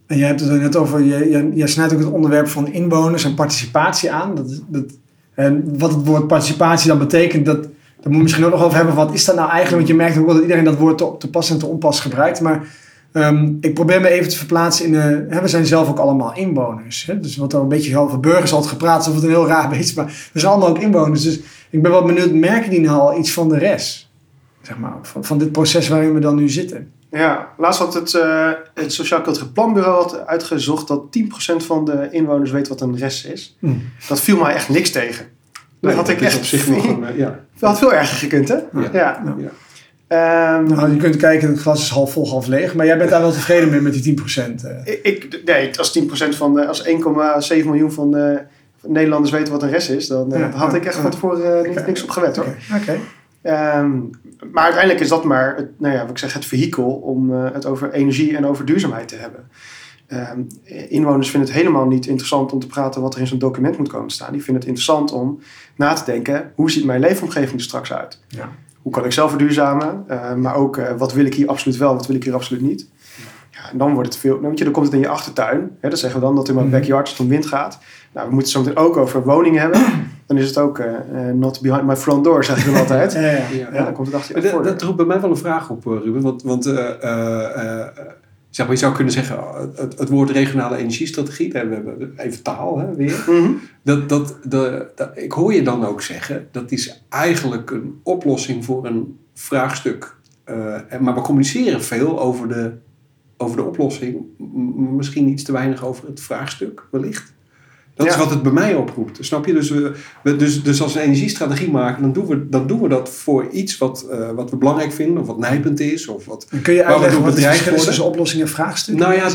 En jij hebt het er net over, jij snijdt ook het onderwerp van inwoners en participatie aan. En wat het woord participatie dan betekent, daar moet je misschien ook nog over hebben. Wat is dat nou eigenlijk? Want je merkt ook wel dat iedereen dat woord te pas en te onpas gebruikt. Maar ik probeer me even te verplaatsen in we zijn zelf ook allemaal inwoners. Hè? Dus wat er een beetje over burgers altijd gepraat, alsof het een heel raar beetje is. Maar we zijn allemaal ook inwoners. Dus ik ben wel benieuwd, merken die nou al iets van de rest? Zeg maar, van dit proces waarin we dan nu zitten? Ja, laatst had het Sociaal Cultureel Planbureau uitgezocht dat 10% van de inwoners weet wat een res is. Dat viel mij echt niks tegen. Dat had ik echt op zich nog dat had veel erger gekund, hè? Ja. Nou, je kunt kijken, het glas is half vol, half leeg. Maar jij bent daar wel tevreden mee met die 10%? Nee, als 10% als 1,7 miljoen van de Nederlanders weten wat een res is, dan had ik echt van tevoren niks op gewet, hoor. Okay. Maar uiteindelijk is dat maar het vehikel om het over energie en over duurzaamheid te hebben. Inwoners vinden het helemaal niet interessant om te praten wat er in zo'n document moet komen staan. Die vinden het interessant om na te denken, hoe ziet mijn leefomgeving er straks uit? Ja. Hoe kan ik zelf verduurzamen? Maar ook, wat wil ik hier absoluut wel, wat wil ik hier absoluut niet? Ja, en dan wordt het veel, dan komt het in je achtertuin. Hè, dan zeggen we dan dat in mijn backyard als het om wind gaat. Nou, we moeten het zo meteen ook over woningen hebben. Dan is het ook not behind my front door, zeg ik dan altijd. Ja, dan komt het achter je voor. Dat roept bij mij wel een vraag op, Ruben. Want zeg maar, je zou kunnen zeggen, het woord regionale energiestrategie, we hebben even taal weer. Mm-hmm. Ik hoor je dan ook zeggen, dat is eigenlijk een oplossing voor een vraagstuk. Maar we communiceren veel over de oplossing, misschien iets te weinig over het vraagstuk, wellicht. Dat is wat het bij mij oproept. Snap je? Dus als we een energiestrategie maken, dan doen we dat voor iets wat we belangrijk vinden, of wat nijpend is, of wat. En kun je uitleggen wat het verschil is tussen oplossing en vraagstuk? Nou ja,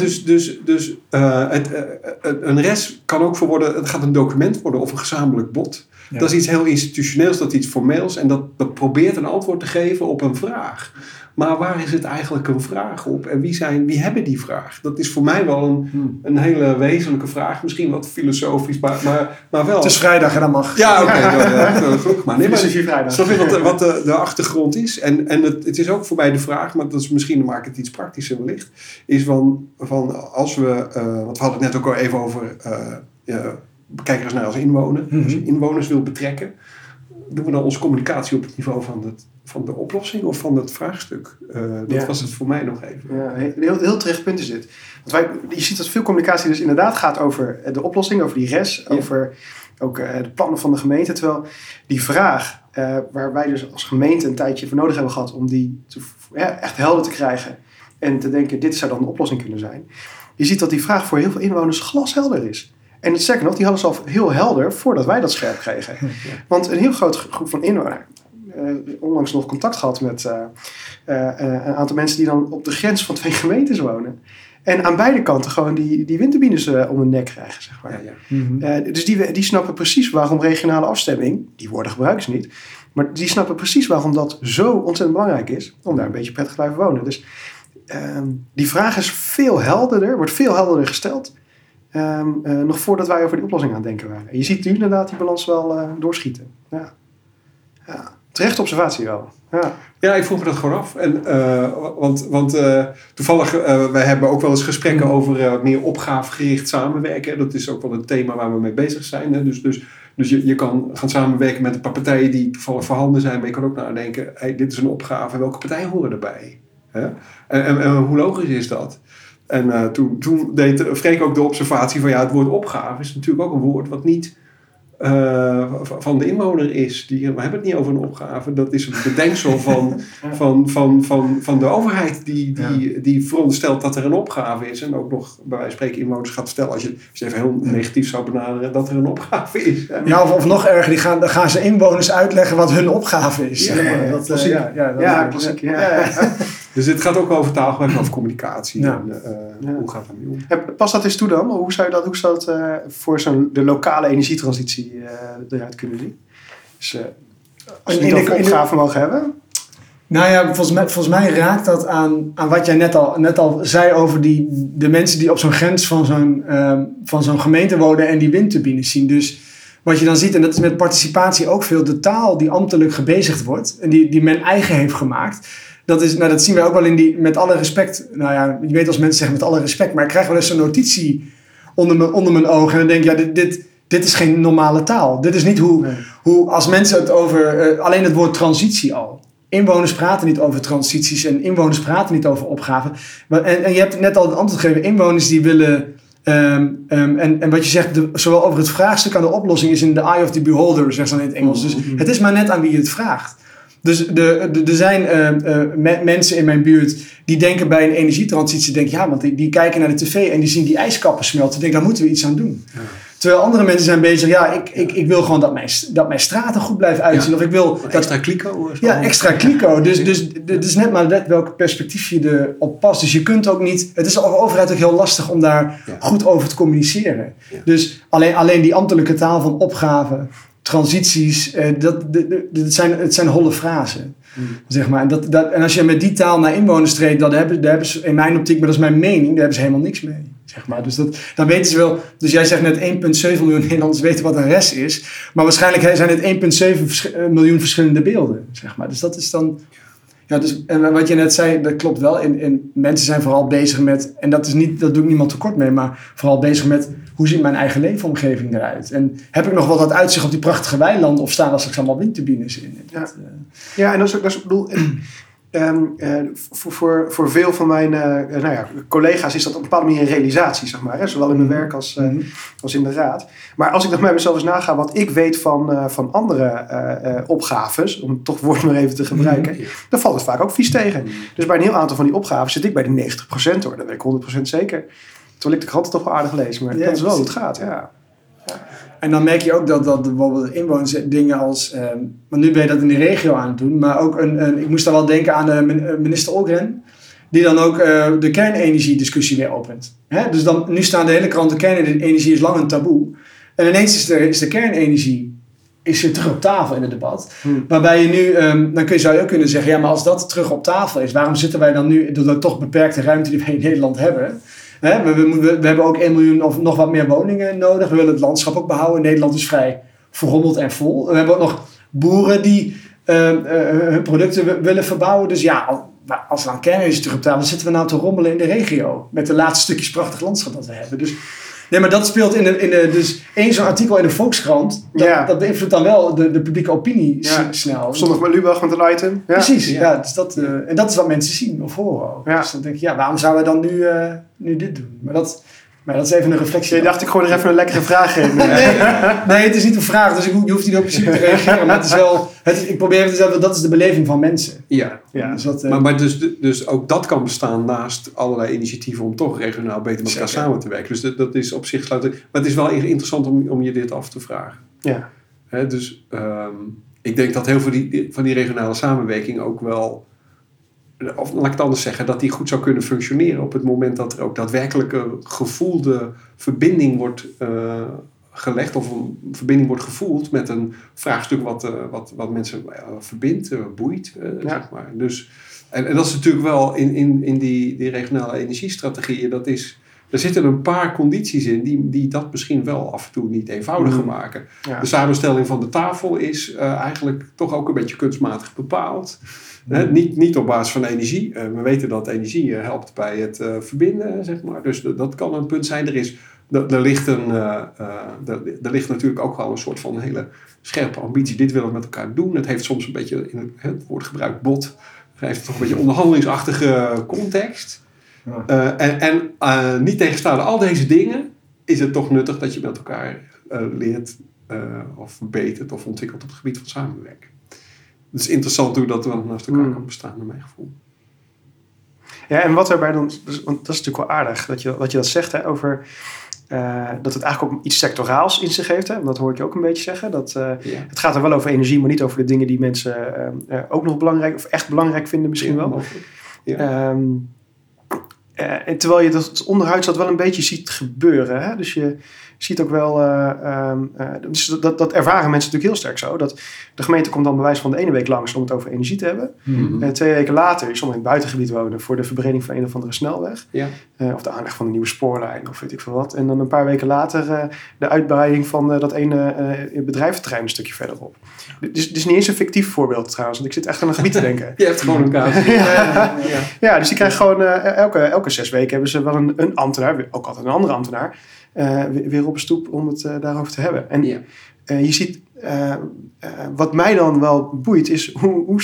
een res kan ook het gaat een document worden of een gezamenlijk bod. Ja. Dat is iets heel institutioneels, dat is iets formeels en dat probeert een antwoord te geven op een vraag. Maar waar is het eigenlijk een vraag op? En wie hebben die vraag? Dat is voor mij wel een hele wezenlijke vraag. Misschien wat filosofisch, maar wel. Het is vrijdag en dat mag. Ja, oké. Gelukkig maar. Nee, maar snap je wat de achtergrond is? En het is ook voor mij de vraag, maar dat is misschien, maak ik het iets praktischer wellicht, is van als we, want we hadden het net ook al even over, kijk er eens naar als inwoner. Als je inwoners wil betrekken, doen we dan onze communicatie op het niveau van de oplossing of van het vraagstuk? Dat was het voor mij nog even. Ja, heel terecht punt is dit. Want je ziet dat veel communicatie dus inderdaad gaat over de oplossing, over die res, over ook de plannen van de gemeente. Terwijl die vraag, waar wij dus als gemeente een tijdje voor nodig hebben gehad om die echt helder te krijgen en te denken, dit zou dan de oplossing kunnen zijn. Je ziet dat die vraag voor heel veel inwoners glashelder is. En het sterker nog, die hadden ze al heel helder voordat wij dat scherp kregen. Ja. Want een heel grote groep van inwoners, onlangs nog contact gehad met een aantal mensen die dan op de grens van 2 gemeentes wonen. En aan beide kanten gewoon die windturbines om de nek krijgen, zeg maar. Ja. Mm-hmm. Dus die snappen precies waarom regionale afstemming, die woorden gebruiken ze niet, maar die snappen precies waarom dat zo ontzettend belangrijk is om daar een beetje prettig te blijven wonen. Dus die vraag is veel helderder, wordt veel helderder gesteld. Nog voordat wij over die oplossing aan het denken waren. En je ziet nu inderdaad die balans wel doorschieten. Ja. Terechte observatie wel. Ja, ik vroeg me dat gewoon af. En, want toevallig, wij hebben ook wel eens gesprekken over meer opgavegericht samenwerken. Dat is ook wel een thema waar we mee bezig zijn. Hè. Dus je kan gaan samenwerken met een paar partijen die toevallig voorhanden zijn. Maar je kan ook nadenken, dit is een opgave. Welke partijen horen erbij? Hè? En hoe logisch is dat? En toen deed Freek ook de observatie van het woord opgave is natuurlijk ook een woord wat niet van de inwoner is. We hebben het niet over een opgave. Dat is een bedenksel van de overheid die veronderstelt dat er een opgave is. En ook nog bij wijze van spreken inwoners gaat vertellen, als je het even heel negatief zou benaderen, dat er een opgave is. Ja, of nog erger, dan gaan ze inwoners uitleggen wat hun opgave is. Klassiek. Dus het gaat ook over taalgebruik, over communicatie. Ja. En hoe gaat dat mee om? Pas dat eens toe dan. Hoe zou dat voor de lokale energietransitie eruit kunnen zien? Dus als we niet opgave mogen hebben. Nou ja, volgens mij raakt dat aan wat jij net al zei over de mensen die op zo'n grens van zo'n gemeente wonen en die windturbines zien. Dus wat je dan ziet, en dat is met participatie ook veel, de taal die ambtelijk gebezigd wordt en die men eigen heeft gemaakt. dat zien wij ook wel met alle respect. Nou ja, je weet als mensen zeggen met alle respect, maar ik krijg wel eens zo'n notitie onder mijn ogen. En dan denk ik, dit is geen normale taal. Dit is niet hoe als mensen het over, alleen het woord transitie al. Inwoners praten niet over transities en inwoners praten niet over opgaven. En je hebt net al het antwoord gegeven, inwoners die willen... En wat je zegt, zowel over het vraagstuk aan de oplossing is in the eye of the beholder, zegt ze dan in het Engels. Dus het is maar net aan wie je het vraagt. Dus er zijn mensen in mijn buurt die denken bij een energietransitie, denken, ja, want die kijken naar de tv en die zien die ijskappen smelten. Die denken, daar moeten we iets aan doen. Ja. Terwijl andere mensen zijn bezig, ja, ik wil gewoon dat mijn straat er goed blijft uitzien. Ja. Of ik wil extra kliko. Ja, extra kliko. Dus het is net maar welk perspectief je erop past. Dus je kunt ook niet, het is over overheid ook heel lastig om daar goed over te communiceren. Ja. Dus alleen die ambtelijke taal van opgaven, transities, het zijn holle frasen. Zeg maar. En als je met die taal naar inwoners treedt, dan hebben ze in mijn optiek, maar dat is mijn mening, daar hebben ze helemaal niks mee. Zeg maar. Dus dan weten ze wel. Dus jij zegt net 1,7 miljoen Nederlanders weten wat een res is. Maar waarschijnlijk zijn het 1,7 miljoen verschillende beelden. Zeg maar. Dus dat is dan. Ja, dus, en wat je net zei, dat klopt wel. Mensen zijn vooral bezig met. En dat doe ik niemand tekort mee. Maar vooral bezig met. Hoe ziet mijn eigen leefomgeving eruit? En heb ik nog wel dat uitzicht op die prachtige weilanden? Of staan er straks allemaal windturbines in? Ja, en dat is bedoel. Voor veel van mijn collega's is dat op een bepaalde manier een realisatie, zeg maar. Hè? Zowel in mijn werk als in de raad. Maar als ik nog bij mezelf eens naga wat ik weet van andere opgaves, om toch het woord maar even te gebruiken, dan valt het vaak ook vies tegen. Dus bij een heel aantal van die opgaves zit ik bij de 90% hoor. Dat weet ik 100% zeker. Terwijl ik de kranten toch wel aardig lees. Maar dat is wel hoe het gaat, ja. En dan merk je ook dat bijvoorbeeld inwoners dingen als... want nu ben je dat in de regio aan het doen. Maar ook ik moest daar wel denken aan minister Ollgren. Die dan ook de kernenergiediscussie weer opent. Hè? Dus nu staan de hele kranten, kernenergie is lang een taboe. En ineens is de kernenergie weer terug op tafel in het debat. Waarbij je nu... dan zou je ook kunnen zeggen... Ja, maar als dat terug op tafel is... Waarom zitten wij dan nu... Door de toch beperkte ruimte die wij in Nederland hebben... We hebben ook 1 miljoen of nog wat meer woningen nodig. We willen het landschap ook behouden. Nederland is vrij verrommeld en vol. We hebben ook nog boeren die hun producten willen verbouwen. Dus ja, als we dan kernenergie terug op tafel, dan zitten we nou te rommelen in de regio. Met de laatste stukjes prachtig landschap dat we hebben. Dus, nee, maar dat speelt dus één zo'n artikel in de Volkskrant. Dat beïnvloedt dan wel de publieke opinie snel. Zondag met Lubach met een item. Ja. Precies, ja. Dus en dat is wat mensen zien of horen ook. Ja. Dus dan denk je, waarom zouden we dan nu dit doen? Maar dat is even een reflectie. Je dacht ik gewoon er even een lekkere vraag in. Nee, het is niet een vraag, dus je hoeft niet op principe te reageren. Maar het is wel, ik probeer even te zeggen, dat is de beleving van mensen. Ja. Maar dus ook dat kan bestaan naast allerlei initiatieven om toch regionaal beter met elkaar samen te werken. Dus dat is op zich sluitend. Maar het is wel interessant om je dit af te vragen. Ja. Dus ik denk dat heel veel van die regionale samenwerking ook wel... Of laat ik het anders zeggen, dat die goed zou kunnen functioneren op het moment dat er ook daadwerkelijke gevoelde verbinding wordt gelegd of een verbinding wordt gevoeld met een vraagstuk wat mensen verbindt, boeit, zeg maar. Dus, en dat is natuurlijk wel in die regionale energiestrategieën, er zitten een paar condities in die dat misschien wel af en toe niet eenvoudiger maken. Ja. De samenstelling van de tafel is eigenlijk toch ook een beetje kunstmatig bepaald. Niet op basis van energie. We weten dat energie helpt bij het verbinden, zeg maar. Dus dat kan een punt zijn. Er ligt natuurlijk ook wel een soort van hele scherpe ambitie. Dit willen we met elkaar doen. Het heeft soms een beetje, in het woordgebruik bot, heeft toch een beetje onderhandelingsachtige context. Niet tegenstaande al deze dingen, is het toch nuttig dat je met elkaar leert of verbetert of ontwikkelt op het gebied van samenwerken. Het is interessant hoe dat wel naast elkaar kan bestaan, naar mijn gevoel. Ja, en wat erbij dan... Want dat is natuurlijk wel aardig, wat je dat zegt, hè, over... dat het eigenlijk ook iets sectoraals in zich heeft. Hè? Dat hoor ik je ook een beetje zeggen. Het gaat er wel over energie, maar niet over de dingen die mensen ook nog belangrijk... of echt belangrijk vinden misschien wel. Ja. En terwijl je dat onderhuids dat wel een beetje ziet gebeuren. Hè? Dus je ziet ook wel... dus dat ervaren mensen natuurlijk heel sterk zo. Dat de gemeente komt dan bij wijze van de ene week langs om het over energie te hebben. Mm-hmm. 2 weken later is soms in het buitengebied wonen voor de verbreding van een of andere snelweg. Ja. Of de aanleg van een nieuwe spoorlijn of weet ik veel wat. En dan een paar weken later de uitbreiding van dat ene bedrijventerrein een stukje verderop. Dus het is niet eens een fictief voorbeeld trouwens. Want ik zit echt aan een gebied te denken. Je hebt gewoon een kaas. Ja, dus die krijgen gewoon elke 6 weken hebben ze wel een ambtenaar, ook altijd een andere ambtenaar, weer op een stoep om het daarover te hebben. En je ziet, wat mij dan wel boeit, is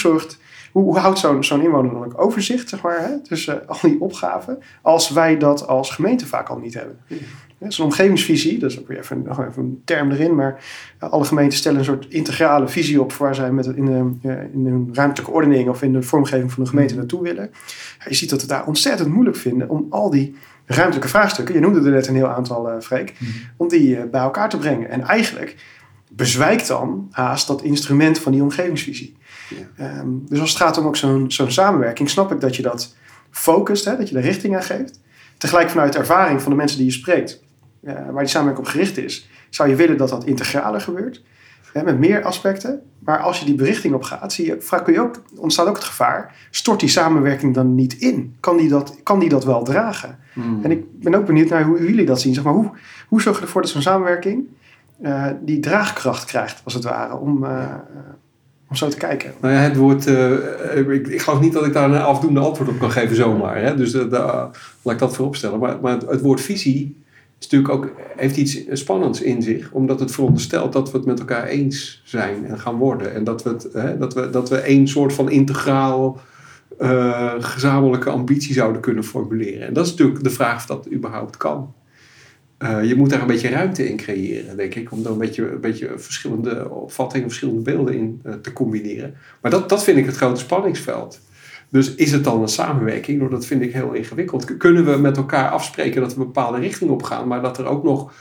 hoe houdt zo'n inwoner dan ook overzicht, zeg maar, hè, tussen al die opgaven, als wij dat als gemeente vaak al niet hebben. Zo'n omgevingsvisie, dat is ook weer even een term erin, maar alle gemeenten stellen een soort integrale visie op voor waar zij in hun ruimtelijke ordening of in de vormgeving van de gemeente naartoe willen. Ja, je ziet dat we het daar ontzettend moeilijk vinden om al die ruimtelijke vraagstukken, je noemde er net een heel aantal, Freek, om die bij elkaar te brengen. En eigenlijk bezwijkt dan haast dat instrument van die omgevingsvisie. Ja. Dus als het gaat om ook zo'n samenwerking, snap ik dat je dat focust, hè, dat je de richting aan geeft. Tegelijk vanuit de ervaring van de mensen die je spreekt, waar die samenwerking op gericht is, zou je willen dat dat integraler gebeurt, met meer aspecten. Maar als je die berichting op gaat, ontstaat ook het gevaar, stort die samenwerking dan niet in? Kan die dat wel dragen? En ik ben ook benieuwd naar hoe jullie dat zien. Zeg maar, hoe zorg je ervoor dat zo'n samenwerking die draagkracht krijgt, als het ware, om zo te kijken? Nou ja, het woord... ik geloof niet dat ik daar een afdoende antwoord op kan geven zomaar. Hè? Dus laat ik dat voorop stellen. Maar het woord visie is natuurlijk ook, heeft iets spannends in zich. Omdat het veronderstelt dat we het met elkaar eens zijn en gaan worden. En dat we één soort van integraal gezamenlijke ambitie zouden kunnen formuleren. En dat is natuurlijk de vraag of dat überhaupt kan. Je moet daar een beetje ruimte in creëren, denk ik. Om daar een beetje verschillende opvattingen, verschillende beelden in te combineren. Maar dat vind ik het grote spanningsveld. Dus is het dan een samenwerking? Nou, dat vind ik heel ingewikkeld. Kunnen we met elkaar afspreken dat we een bepaalde richting op gaan, maar dat er ook nog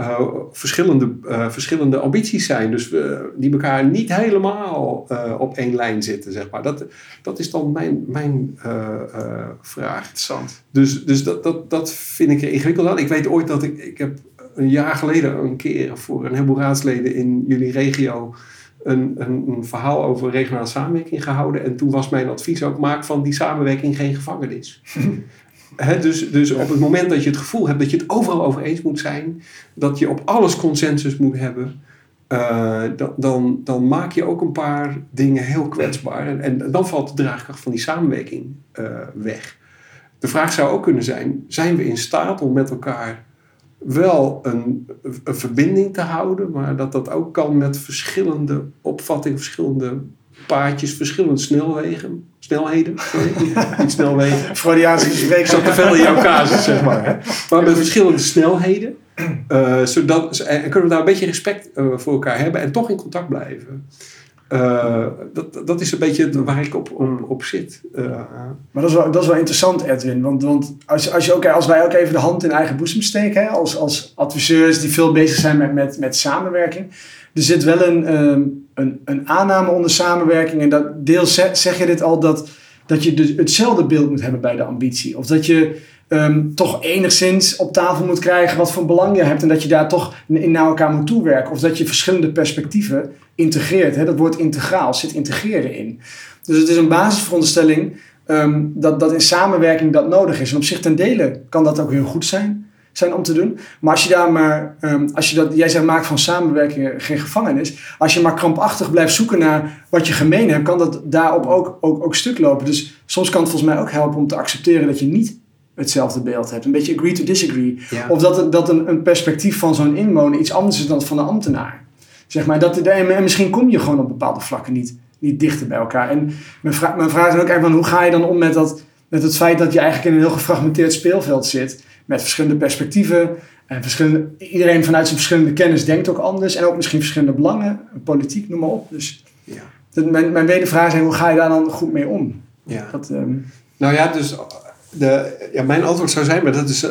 verschillende ambities zijn. Dus die elkaar niet helemaal op één lijn zitten, zeg maar. Dat is dan mijn vraag. Interessant. Dus dat vind ik er ingewikkeld aan. Ik weet ooit dat ik heb een jaar geleden een keer voor een heleboel raadsleden in jullie regio een verhaal over regionale samenwerking gehouden. En toen was mijn advies ook, maak van die samenwerking geen gevangenis. Dus op het moment dat je het gevoel hebt dat je het overal over eens moet zijn, dat je op alles consensus moet hebben, dan maak je ook een paar dingen heel kwetsbaar. En dan valt de draagkracht van die samenwerking weg. De vraag zou ook kunnen zijn we in staat om met elkaar wel een verbinding te houden, maar dat ook kan met verschillende opvattingen, verschillende paadjes, verschillende snelheden. Niet snelwegen. Freudiaanse gesprek. Zat te veel in jouw casus, zeg maar. Hè? Maar met verschillende snelheden. En kunnen we daar een beetje respect voor elkaar hebben en toch in contact blijven. Dat is een beetje waar ik op zit. Maar dat is wel interessant, Edwin. Want als wij ook even de hand in eigen boezem steken, hè, als adviseurs die veel bezig zijn met samenwerking. Er zit wel een aanname onder samenwerking. En dat deels zeg je dit al, dat je dus hetzelfde beeld moet hebben bij de ambitie. Of dat je toch enigszins op tafel moet krijgen wat voor belang je hebt. En dat je daar toch naar elkaar moet toewerken. Of dat je verschillende perspectieven integreert. Hè? Dat woord integraal zit integreren in. Dus het is een basisveronderstelling dat in samenwerking dat nodig is. En op zich ten dele kan dat ook heel goed zijn om te doen. Maar als je daar maar, jij zegt maak van samenwerking geen gevangenis. Als je maar krampachtig blijft zoeken naar wat je gemeen hebt, kan dat daarop ook stuk lopen. Dus soms kan het volgens mij ook helpen om te accepteren dat je niet hetzelfde beeld hebt. Een beetje agree to disagree. Ja. Of dat een perspectief van zo'n inwoner iets anders is dan van een ambtenaar. Zeg maar, en misschien kom je gewoon op bepaalde vlakken niet dichter bij elkaar. En mijn vraag is dan ook eigenlijk, hoe ga je dan om met het feit dat je eigenlijk in een heel gefragmenteerd speelveld zit, met verschillende perspectieven, en iedereen vanuit zijn verschillende kennis denkt ook anders, en ook misschien verschillende belangen, politiek, noem maar op. Dus mijn wedervraag is, hoe ga je daar dan goed mee om? Ja. Nou ja, dus mijn antwoord zou zijn, maar dat is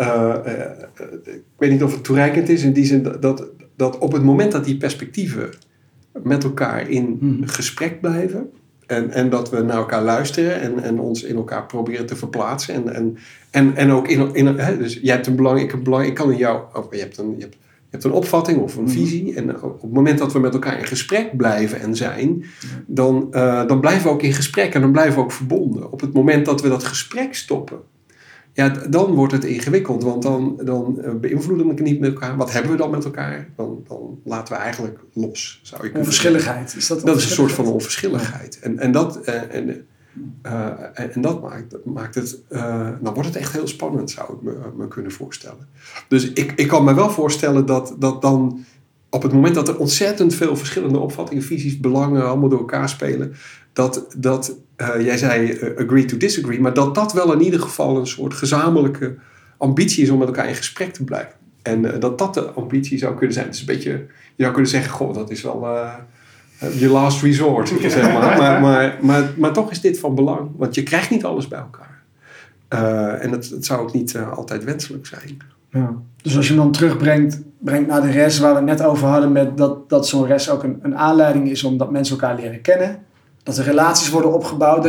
ik weet niet of het toereikend is in die zin dat op het moment dat die perspectieven met elkaar in gesprek blijven En dat we naar elkaar luisteren en ons in elkaar proberen te verplaatsen. En ook dus jij hebt een belang, ik heb een belang, ik kan in jou... Je hebt een opvatting of een visie. En op het moment dat we met elkaar in gesprek blijven en zijn... Dan blijven we ook in gesprek en dan blijven we ook verbonden. Op het moment dat we dat gesprek stoppen... Ja, dan wordt het ingewikkeld. Want dan beïnvloeden we het niet met elkaar. Wat hebben we dan met elkaar? Dan laten we eigenlijk los. Zou je onverschilligheid. Is dat is een soort van onverschilligheid. Ja. En dat maakt het... dan wordt het echt heel spannend, zou ik me kunnen voorstellen. Dus ik kan me wel voorstellen dat dan... Op het moment dat er ontzettend veel verschillende opvattingen, visies, belangen allemaal door elkaar spelen... Dat jij zei agree to disagree... maar dat wel in ieder geval een soort gezamenlijke ambitie is... om met elkaar in gesprek te blijven. En dat de ambitie zou kunnen zijn. Het is een beetje... Je zou kunnen zeggen... Goh, dat is wel... je last resort, zeg maar. Maar toch is dit van belang. Want je krijgt niet alles bij elkaar. En het zou ook niet altijd wenselijk zijn. Ja. Dus als je hem dan terugbrengt naar de rest waar we het net over hadden... met dat zo'n rest ook een aanleiding is... omdat mensen elkaar leren kennen... Dat er relaties worden opgebouwd.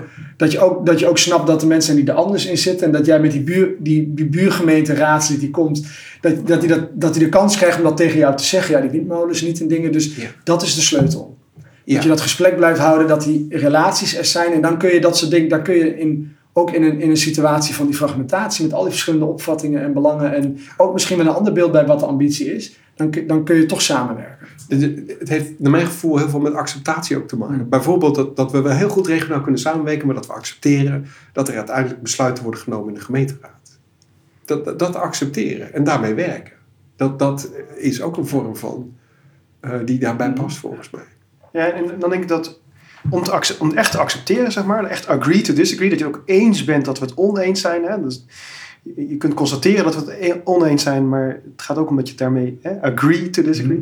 Dat je ook snapt dat er mensen zijn die er anders in zitten. En dat jij met die buurgemeente raadslid die komt. Dat hij de kans krijgt om dat tegen jou te zeggen. Ja, die windmolens niet en dingen. Dus dat is de sleutel. Ja. Dat je dat gesprek blijft houden. Dat die relaties er zijn. En dan kun je dat soort dingen. Dan kun je ook in een situatie van die fragmentatie. Met al die verschillende opvattingen en belangen. En ook misschien met een ander beeld bij wat de ambitie is. Dan kun je toch samenwerken. Het heeft naar mijn gevoel heel veel met acceptatie ook te maken. Bijvoorbeeld dat we wel heel goed regionaal kunnen samenwerken, maar dat we accepteren dat er uiteindelijk besluiten worden genomen in de gemeenteraad. Dat accepteren en daarmee werken. Dat is ook een vorm van die daarbij past volgens mij. Ja, en dan denk ik dat om echt te accepteren, zeg maar, echt agree to disagree, dat je ook eens bent dat we het oneens zijn. Hè? Dus je kunt constateren dat we het oneens zijn, maar het gaat ook om dat je daarmee agree to disagree.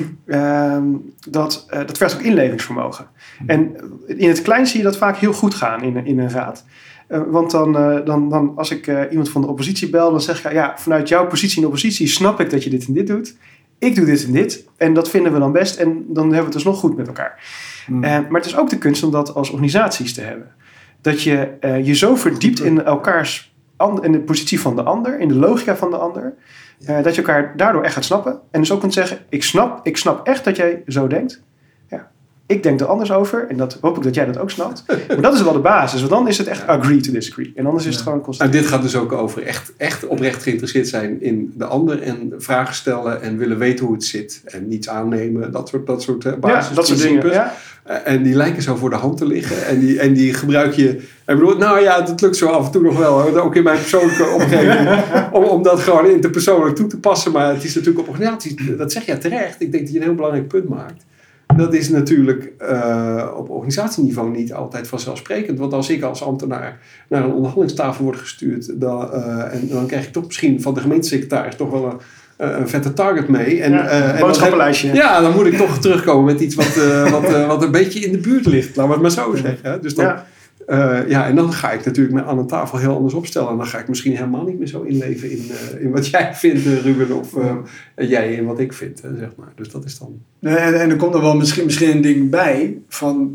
Ja. Dat vergt ook inlevingsvermogen. En in het klein zie je dat vaak heel goed gaan in een raad. Want dan als ik iemand van de oppositie bel, dan zeg ik, ja, vanuit jouw positie in de oppositie snap ik dat je dit en dit doet. Ik doe dit en dit. En dat vinden we dan best. En dan hebben we het dus nog goed met elkaar. Maar het is ook de kunst om dat als organisaties te hebben. Dat je je zo verdiept in elkaars... in de positie van de ander, in de logica van de ander, dat je elkaar daardoor echt gaat snappen. En dus ook kunt zeggen, ik snap echt dat jij zo denkt. Ja, ik denk er anders over en dat hoop ik dat jij dat ook snapt. Maar dat is wel de basis, want dan is het echt agree to disagree. En anders is het gewoon constant. En dit gaat dus ook over echt oprecht geïnteresseerd zijn in de ander en vragen stellen en willen weten hoe het zit. En niets aannemen, dat soort basis. Ja, dat soort dingen. Ja. En die lijken zo voor de hand te liggen. En die gebruik je... Ik bedoel, nou ja, dat lukt zo af en toe nog wel. Ook in mijn persoonlijke omgeving. om dat gewoon interpersoonlijk toe te passen. Maar het is natuurlijk op organisatie... Dat zeg je terecht. Ik denk dat je een heel belangrijk punt maakt. Dat is natuurlijk op organisatieniveau niet altijd vanzelfsprekend. Want als ik als ambtenaar naar een onderhandelingstafel word gestuurd... dan krijg ik toch misschien van de gemeentesecretaris toch wel een vette target mee. Een boodschappenlijstje. Ja, dan moet ik toch terugkomen met iets wat een beetje in de buurt ligt. Laten we het maar zo zeggen. Dus dan, en dan ga ik natuurlijk aan een tafel heel anders opstellen. En dan ga ik misschien helemaal niet meer zo inleven in wat jij vindt, Ruben. Of jij in wat ik vind, zeg maar. Dus dat is dan... En er komt er wel misschien een ding bij van...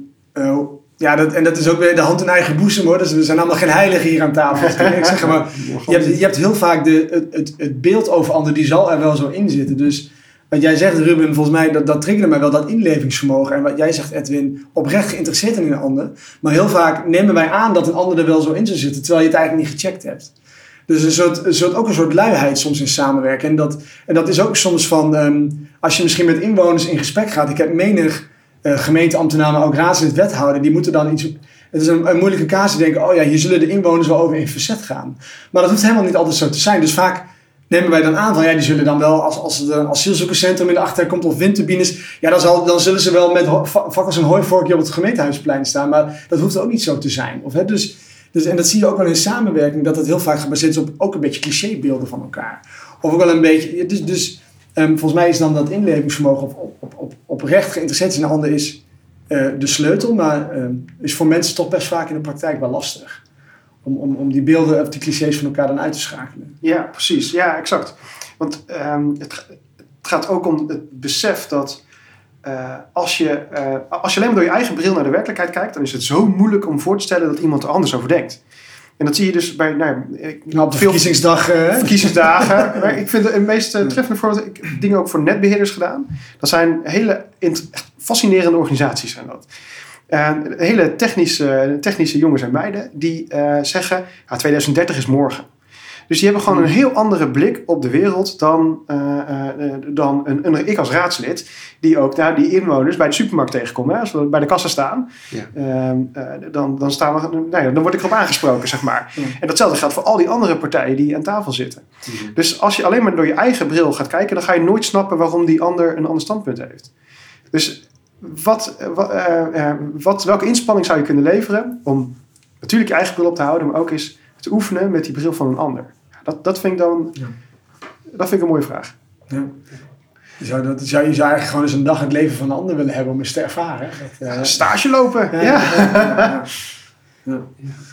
dat is ook weer de hand in eigen boezem, hoor. Dus we zijn allemaal geen heiligen hier aan tafel. Ik zeg maar, je hebt heel vaak het beeld over anderen, die zal er wel zo in zitten. Dus wat jij zegt, Ruben, volgens mij, dat triggerde mij wel, dat inlevingsvermogen. En wat jij zegt, Edwin, oprecht geïnteresseerd in een ander. Maar heel vaak nemen wij aan dat een ander er wel zo in zou zitten, terwijl je het eigenlijk niet gecheckt hebt. Dus ook een soort luiheid soms in samenwerken. En dat is ook soms van, als je misschien met inwoners in gesprek gaat. Ik heb menig gemeenteambtenaar, maar ook raadslid, wethouder, die moeten dan iets... Het is een moeilijke kaas te denken, hier zullen de inwoners wel over in verzet gaan. Maar dat hoeft helemaal niet altijd zo te zijn. Dus vaak nemen wij dan aan van, die zullen dan wel, als er een asielzoekerscentrum in de achtertuin komt of windturbines, dan zullen ze wel met fakkels en hooivorkje op het gemeentehuisplein staan. Maar dat hoeft ook niet zo te zijn. En dat zie je ook wel in samenwerking, dat het heel vaak gebaseerd is op ook een beetje clichébeelden van elkaar. Of ook wel een beetje... volgens mij is dan dat inlevingsvermogen oprecht geïnteresseerd in een ander is de sleutel, maar is voor mensen toch best vaak in de praktijk wel lastig. Om die beelden of die clichés van elkaar dan uit te schakelen. Ja, precies. Ja, exact. Want het gaat ook om het besef dat als je alleen maar door je eigen bril naar de werkelijkheid kijkt, dan is het zo moeilijk om voor te stellen dat iemand er anders over denkt. En dat zie je dus bij op de verkiezingsdagen. Maar ik vind het meest treffende voorbeeld. Ik heb dingen ook voor netbeheerders gedaan. Dat zijn hele echt fascinerende organisaties zijn dat. Hele technische jongens en meiden die zeggen, 2030 is morgen. Dus die hebben gewoon een heel andere blik op de wereld dan ik als raadslid, die ook die inwoners bij de supermarkt tegenkomt. Hè? Als we bij de kassa staan, dan word ik erop aangesproken, zeg maar. Ja. En datzelfde geldt voor al die andere partijen die aan tafel zitten. Mm-hmm. Dus als je alleen maar door je eigen bril gaat kijken, dan ga je nooit snappen waarom die ander een ander standpunt heeft. Dus welke inspanning zou je kunnen leveren om natuurlijk je eigen bril op te houden, maar ook eens te oefenen met die bril van een ander? Dat vind ik dan... Ja. Dat vind ik een mooie vraag. Ja. Je zou eigenlijk gewoon eens een dag het leven van een ander willen hebben om eens te ervaren. Stage lopen. Ja.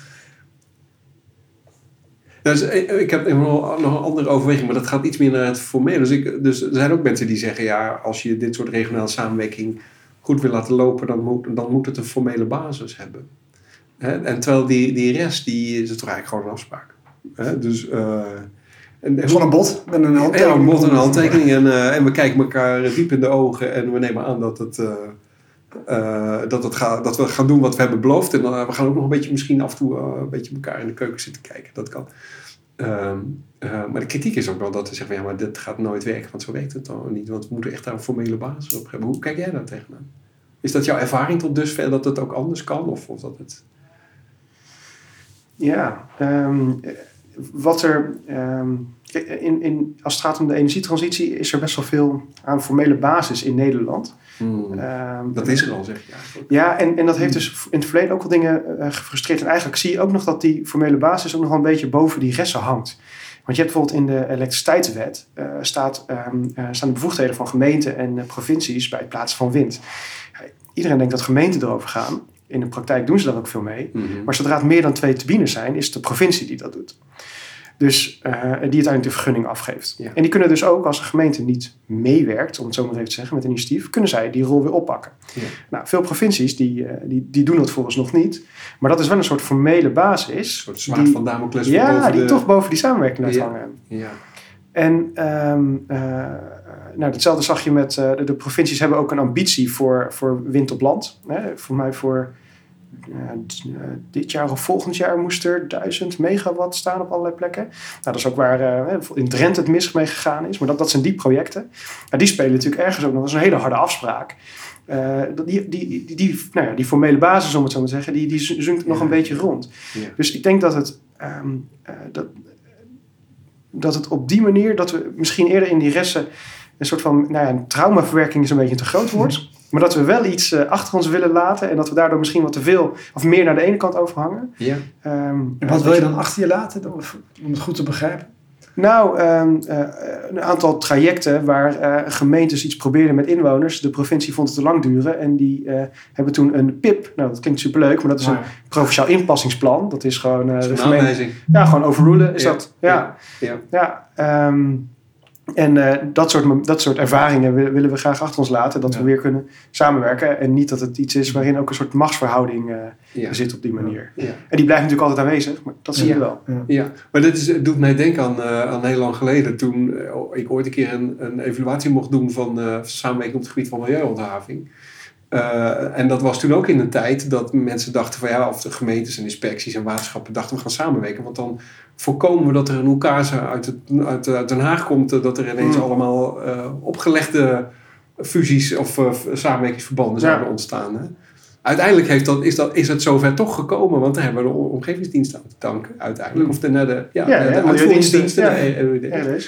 Dus ik heb nog een andere overweging, maar dat gaat iets meer naar het formele. Dus er zijn ook mensen die zeggen, als je dit soort regionale samenwerking goed wil laten lopen, dan moet het een formele basis hebben. En terwijl die rest, die is het toch eigenlijk gewoon een afspraak. Dus... Van een bot met een handtekening. Ja, een bot en een handtekening. En we kijken elkaar diep in de ogen en we nemen aan dat we gaan doen wat we hebben beloofd. En we gaan ook nog een beetje misschien af en toe een beetje elkaar in de keuken zitten kijken. Dat kan. Maar de kritiek is ook wel dat we zeggen, maar dit gaat nooit werken, want zo werkt het dan niet. Want we moeten echt daar een formele basis op hebben. Hoe kijk jij daar tegenaan? Is dat jouw ervaring tot dusver dat het ook anders kan? Of dat het... Ja, wat er als het gaat om de energietransitie is er best wel veel aan formele basis in Nederland. Dat is er al, zeg je eigenlijk. Ja, en dat heeft dus in het verleden ook wel dingen gefrustreerd. En eigenlijk zie je ook nog dat die formele basis ook nog wel een beetje boven die resten hangt. Want je hebt bijvoorbeeld in de elektriciteitswet staan de bevoegdheden van gemeenten en provincies bij het plaatsen van wind. Iedereen denkt dat gemeenten erover gaan. In de praktijk doen ze daar ook veel mee. Mm-hmm. Maar zodra het meer dan 2 turbines zijn, is het de provincie die dat doet. Dus die uiteindelijk de vergunning afgeeft. Ja. En die kunnen dus ook, als een gemeente niet meewerkt, om het zo maar even te zeggen, met een initiatief, kunnen zij die rol weer oppakken. Ja. Nou, veel provincies die doen dat volgens niet. Maar dat is wel een soort formele basis. Een soort zwaard van Damocles. Die toch boven die samenwerking blijft hangen. Ja. En hetzelfde zag je met de provincies hebben ook een ambitie voor wind op land. Voor mij voor dit jaar of volgend jaar moest er 1000 megawatt staan op allerlei plekken. Nou, dat is ook waar in Drenthe het mis mee gegaan is. Maar dat zijn die projecten. Die spelen natuurlijk ergens ook nog. Dat is een hele harde afspraak. Die formele basis, om het zo maar te zeggen, die zunkt nog een beetje rond. Ja. Dus ik denk dat het op die manier, dat we misschien eerder in die resten een soort van traumaverwerking is een beetje te groot wordt. Maar dat we wel iets achter ons willen laten. En dat we daardoor misschien wat te veel of meer naar de ene kant overhangen. Ja. En wat wil je dan achter je laten? Om het goed te begrijpen. Nou, een aantal trajecten waar gemeentes iets probeerden met inwoners. De provincie vond het te lang duren. En die hebben toen een PIP. Nou, dat klinkt superleuk. Maar dat is een provinciaal inpassingsplan. Dat is gewoon de gemeente. Ja, gewoon overrulen is dat. Ja. En dat soort ervaringen willen we graag achter ons laten. Dat we weer kunnen samenwerken. En niet dat het iets is waarin ook een soort machtsverhouding zit op die manier. Ja. En die blijft natuurlijk altijd aanwezig. Maar dat zie je wel. Ja, maar dit doet mij denken aan heel lang geleden. Toen ik ooit een keer een evaluatie mocht doen van samenwerking op het gebied van milieuhandhaving. En dat was toen ook in een tijd dat mensen dachten van of de gemeentes en inspecties en waterschappen dachten we gaan samenwerken. Want dan voorkomen we dat er een oekase uit Den Haag komt. Dat er ineens allemaal opgelegde fusies of samenwerkingsverbanden zouden ontstaan. Hè? Uiteindelijk is het zover toch gekomen. Want daar hebben we de omgevingsdienst aan te danken uiteindelijk. Of de uitvoeringsdiensten.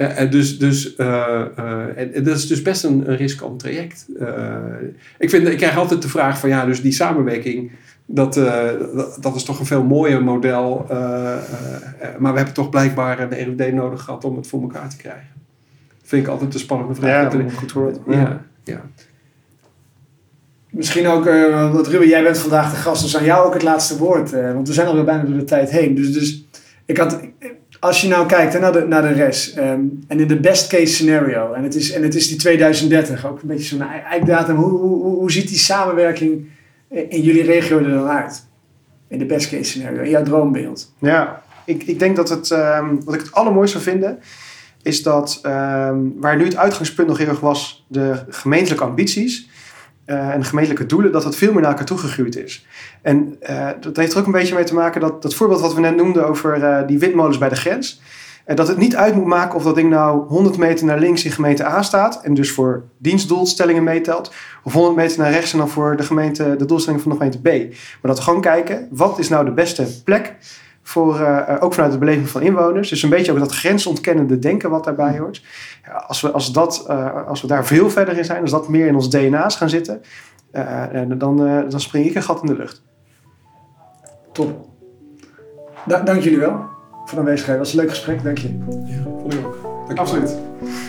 Dat is dus best een riskant traject. Ik krijg altijd de vraag van dus die samenwerking. Dat is toch een veel mooier model. Maar we hebben toch blijkbaar de RUD nodig gehad om het voor elkaar te krijgen. Dat vind ik altijd een spannende vraag. Ja, goed woord. Ja. Misschien ook, want Ruben, jij bent vandaag de gast, dus aan jou ook het laatste woord. Want we zijn alweer bijna door de tijd heen. Dus ik had Als je nou kijkt naar de RES en in de best case scenario, en het is die 2030, ook een beetje zo'n eikdatum, hoe ziet die samenwerking in jullie regio er dan uit? In de best case scenario, in jouw droombeeld? Ja, ik denk dat wat ik het allermooiste zou vinden, is dat waar nu het uitgangspunt nog heel erg was, de gemeentelijke ambities en de gemeentelijke doelen, dat het veel meer naar elkaar toegegroeid is. En dat heeft er ook een beetje mee te maken dat voorbeeld wat we net noemden over die windmolens bij de grens, dat het niet uit moet maken of dat ding nou 100 meter naar links in gemeente A staat en dus voor dienstdoelstellingen meetelt, of 100 meter naar rechts en dan voor de doelstelling van de gemeente B. Maar dat we gewoon kijken, wat is nou de beste plek voor, ook vanuit de beleving van inwoners. Dus een beetje ook dat grensontkennende denken wat daarbij hoort. Ja, als we daar veel verder in zijn, als dat meer in ons DNA's gaan zitten, dan spring ik een gat in de lucht. Top. Dank jullie wel voor de aanwezigheid. Dat was een leuk gesprek, dank je. Ja, vond ik ook. Dank je. Absoluut.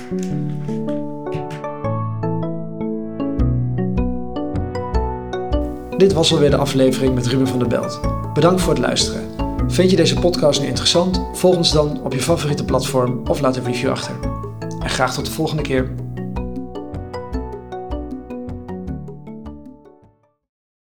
Dit was alweer de aflevering met Ruben van der Belt. Bedankt voor het luisteren. Vind je deze podcast nu interessant? Volg ons dan op je favoriete platform of laat een review achter. En graag tot de volgende keer.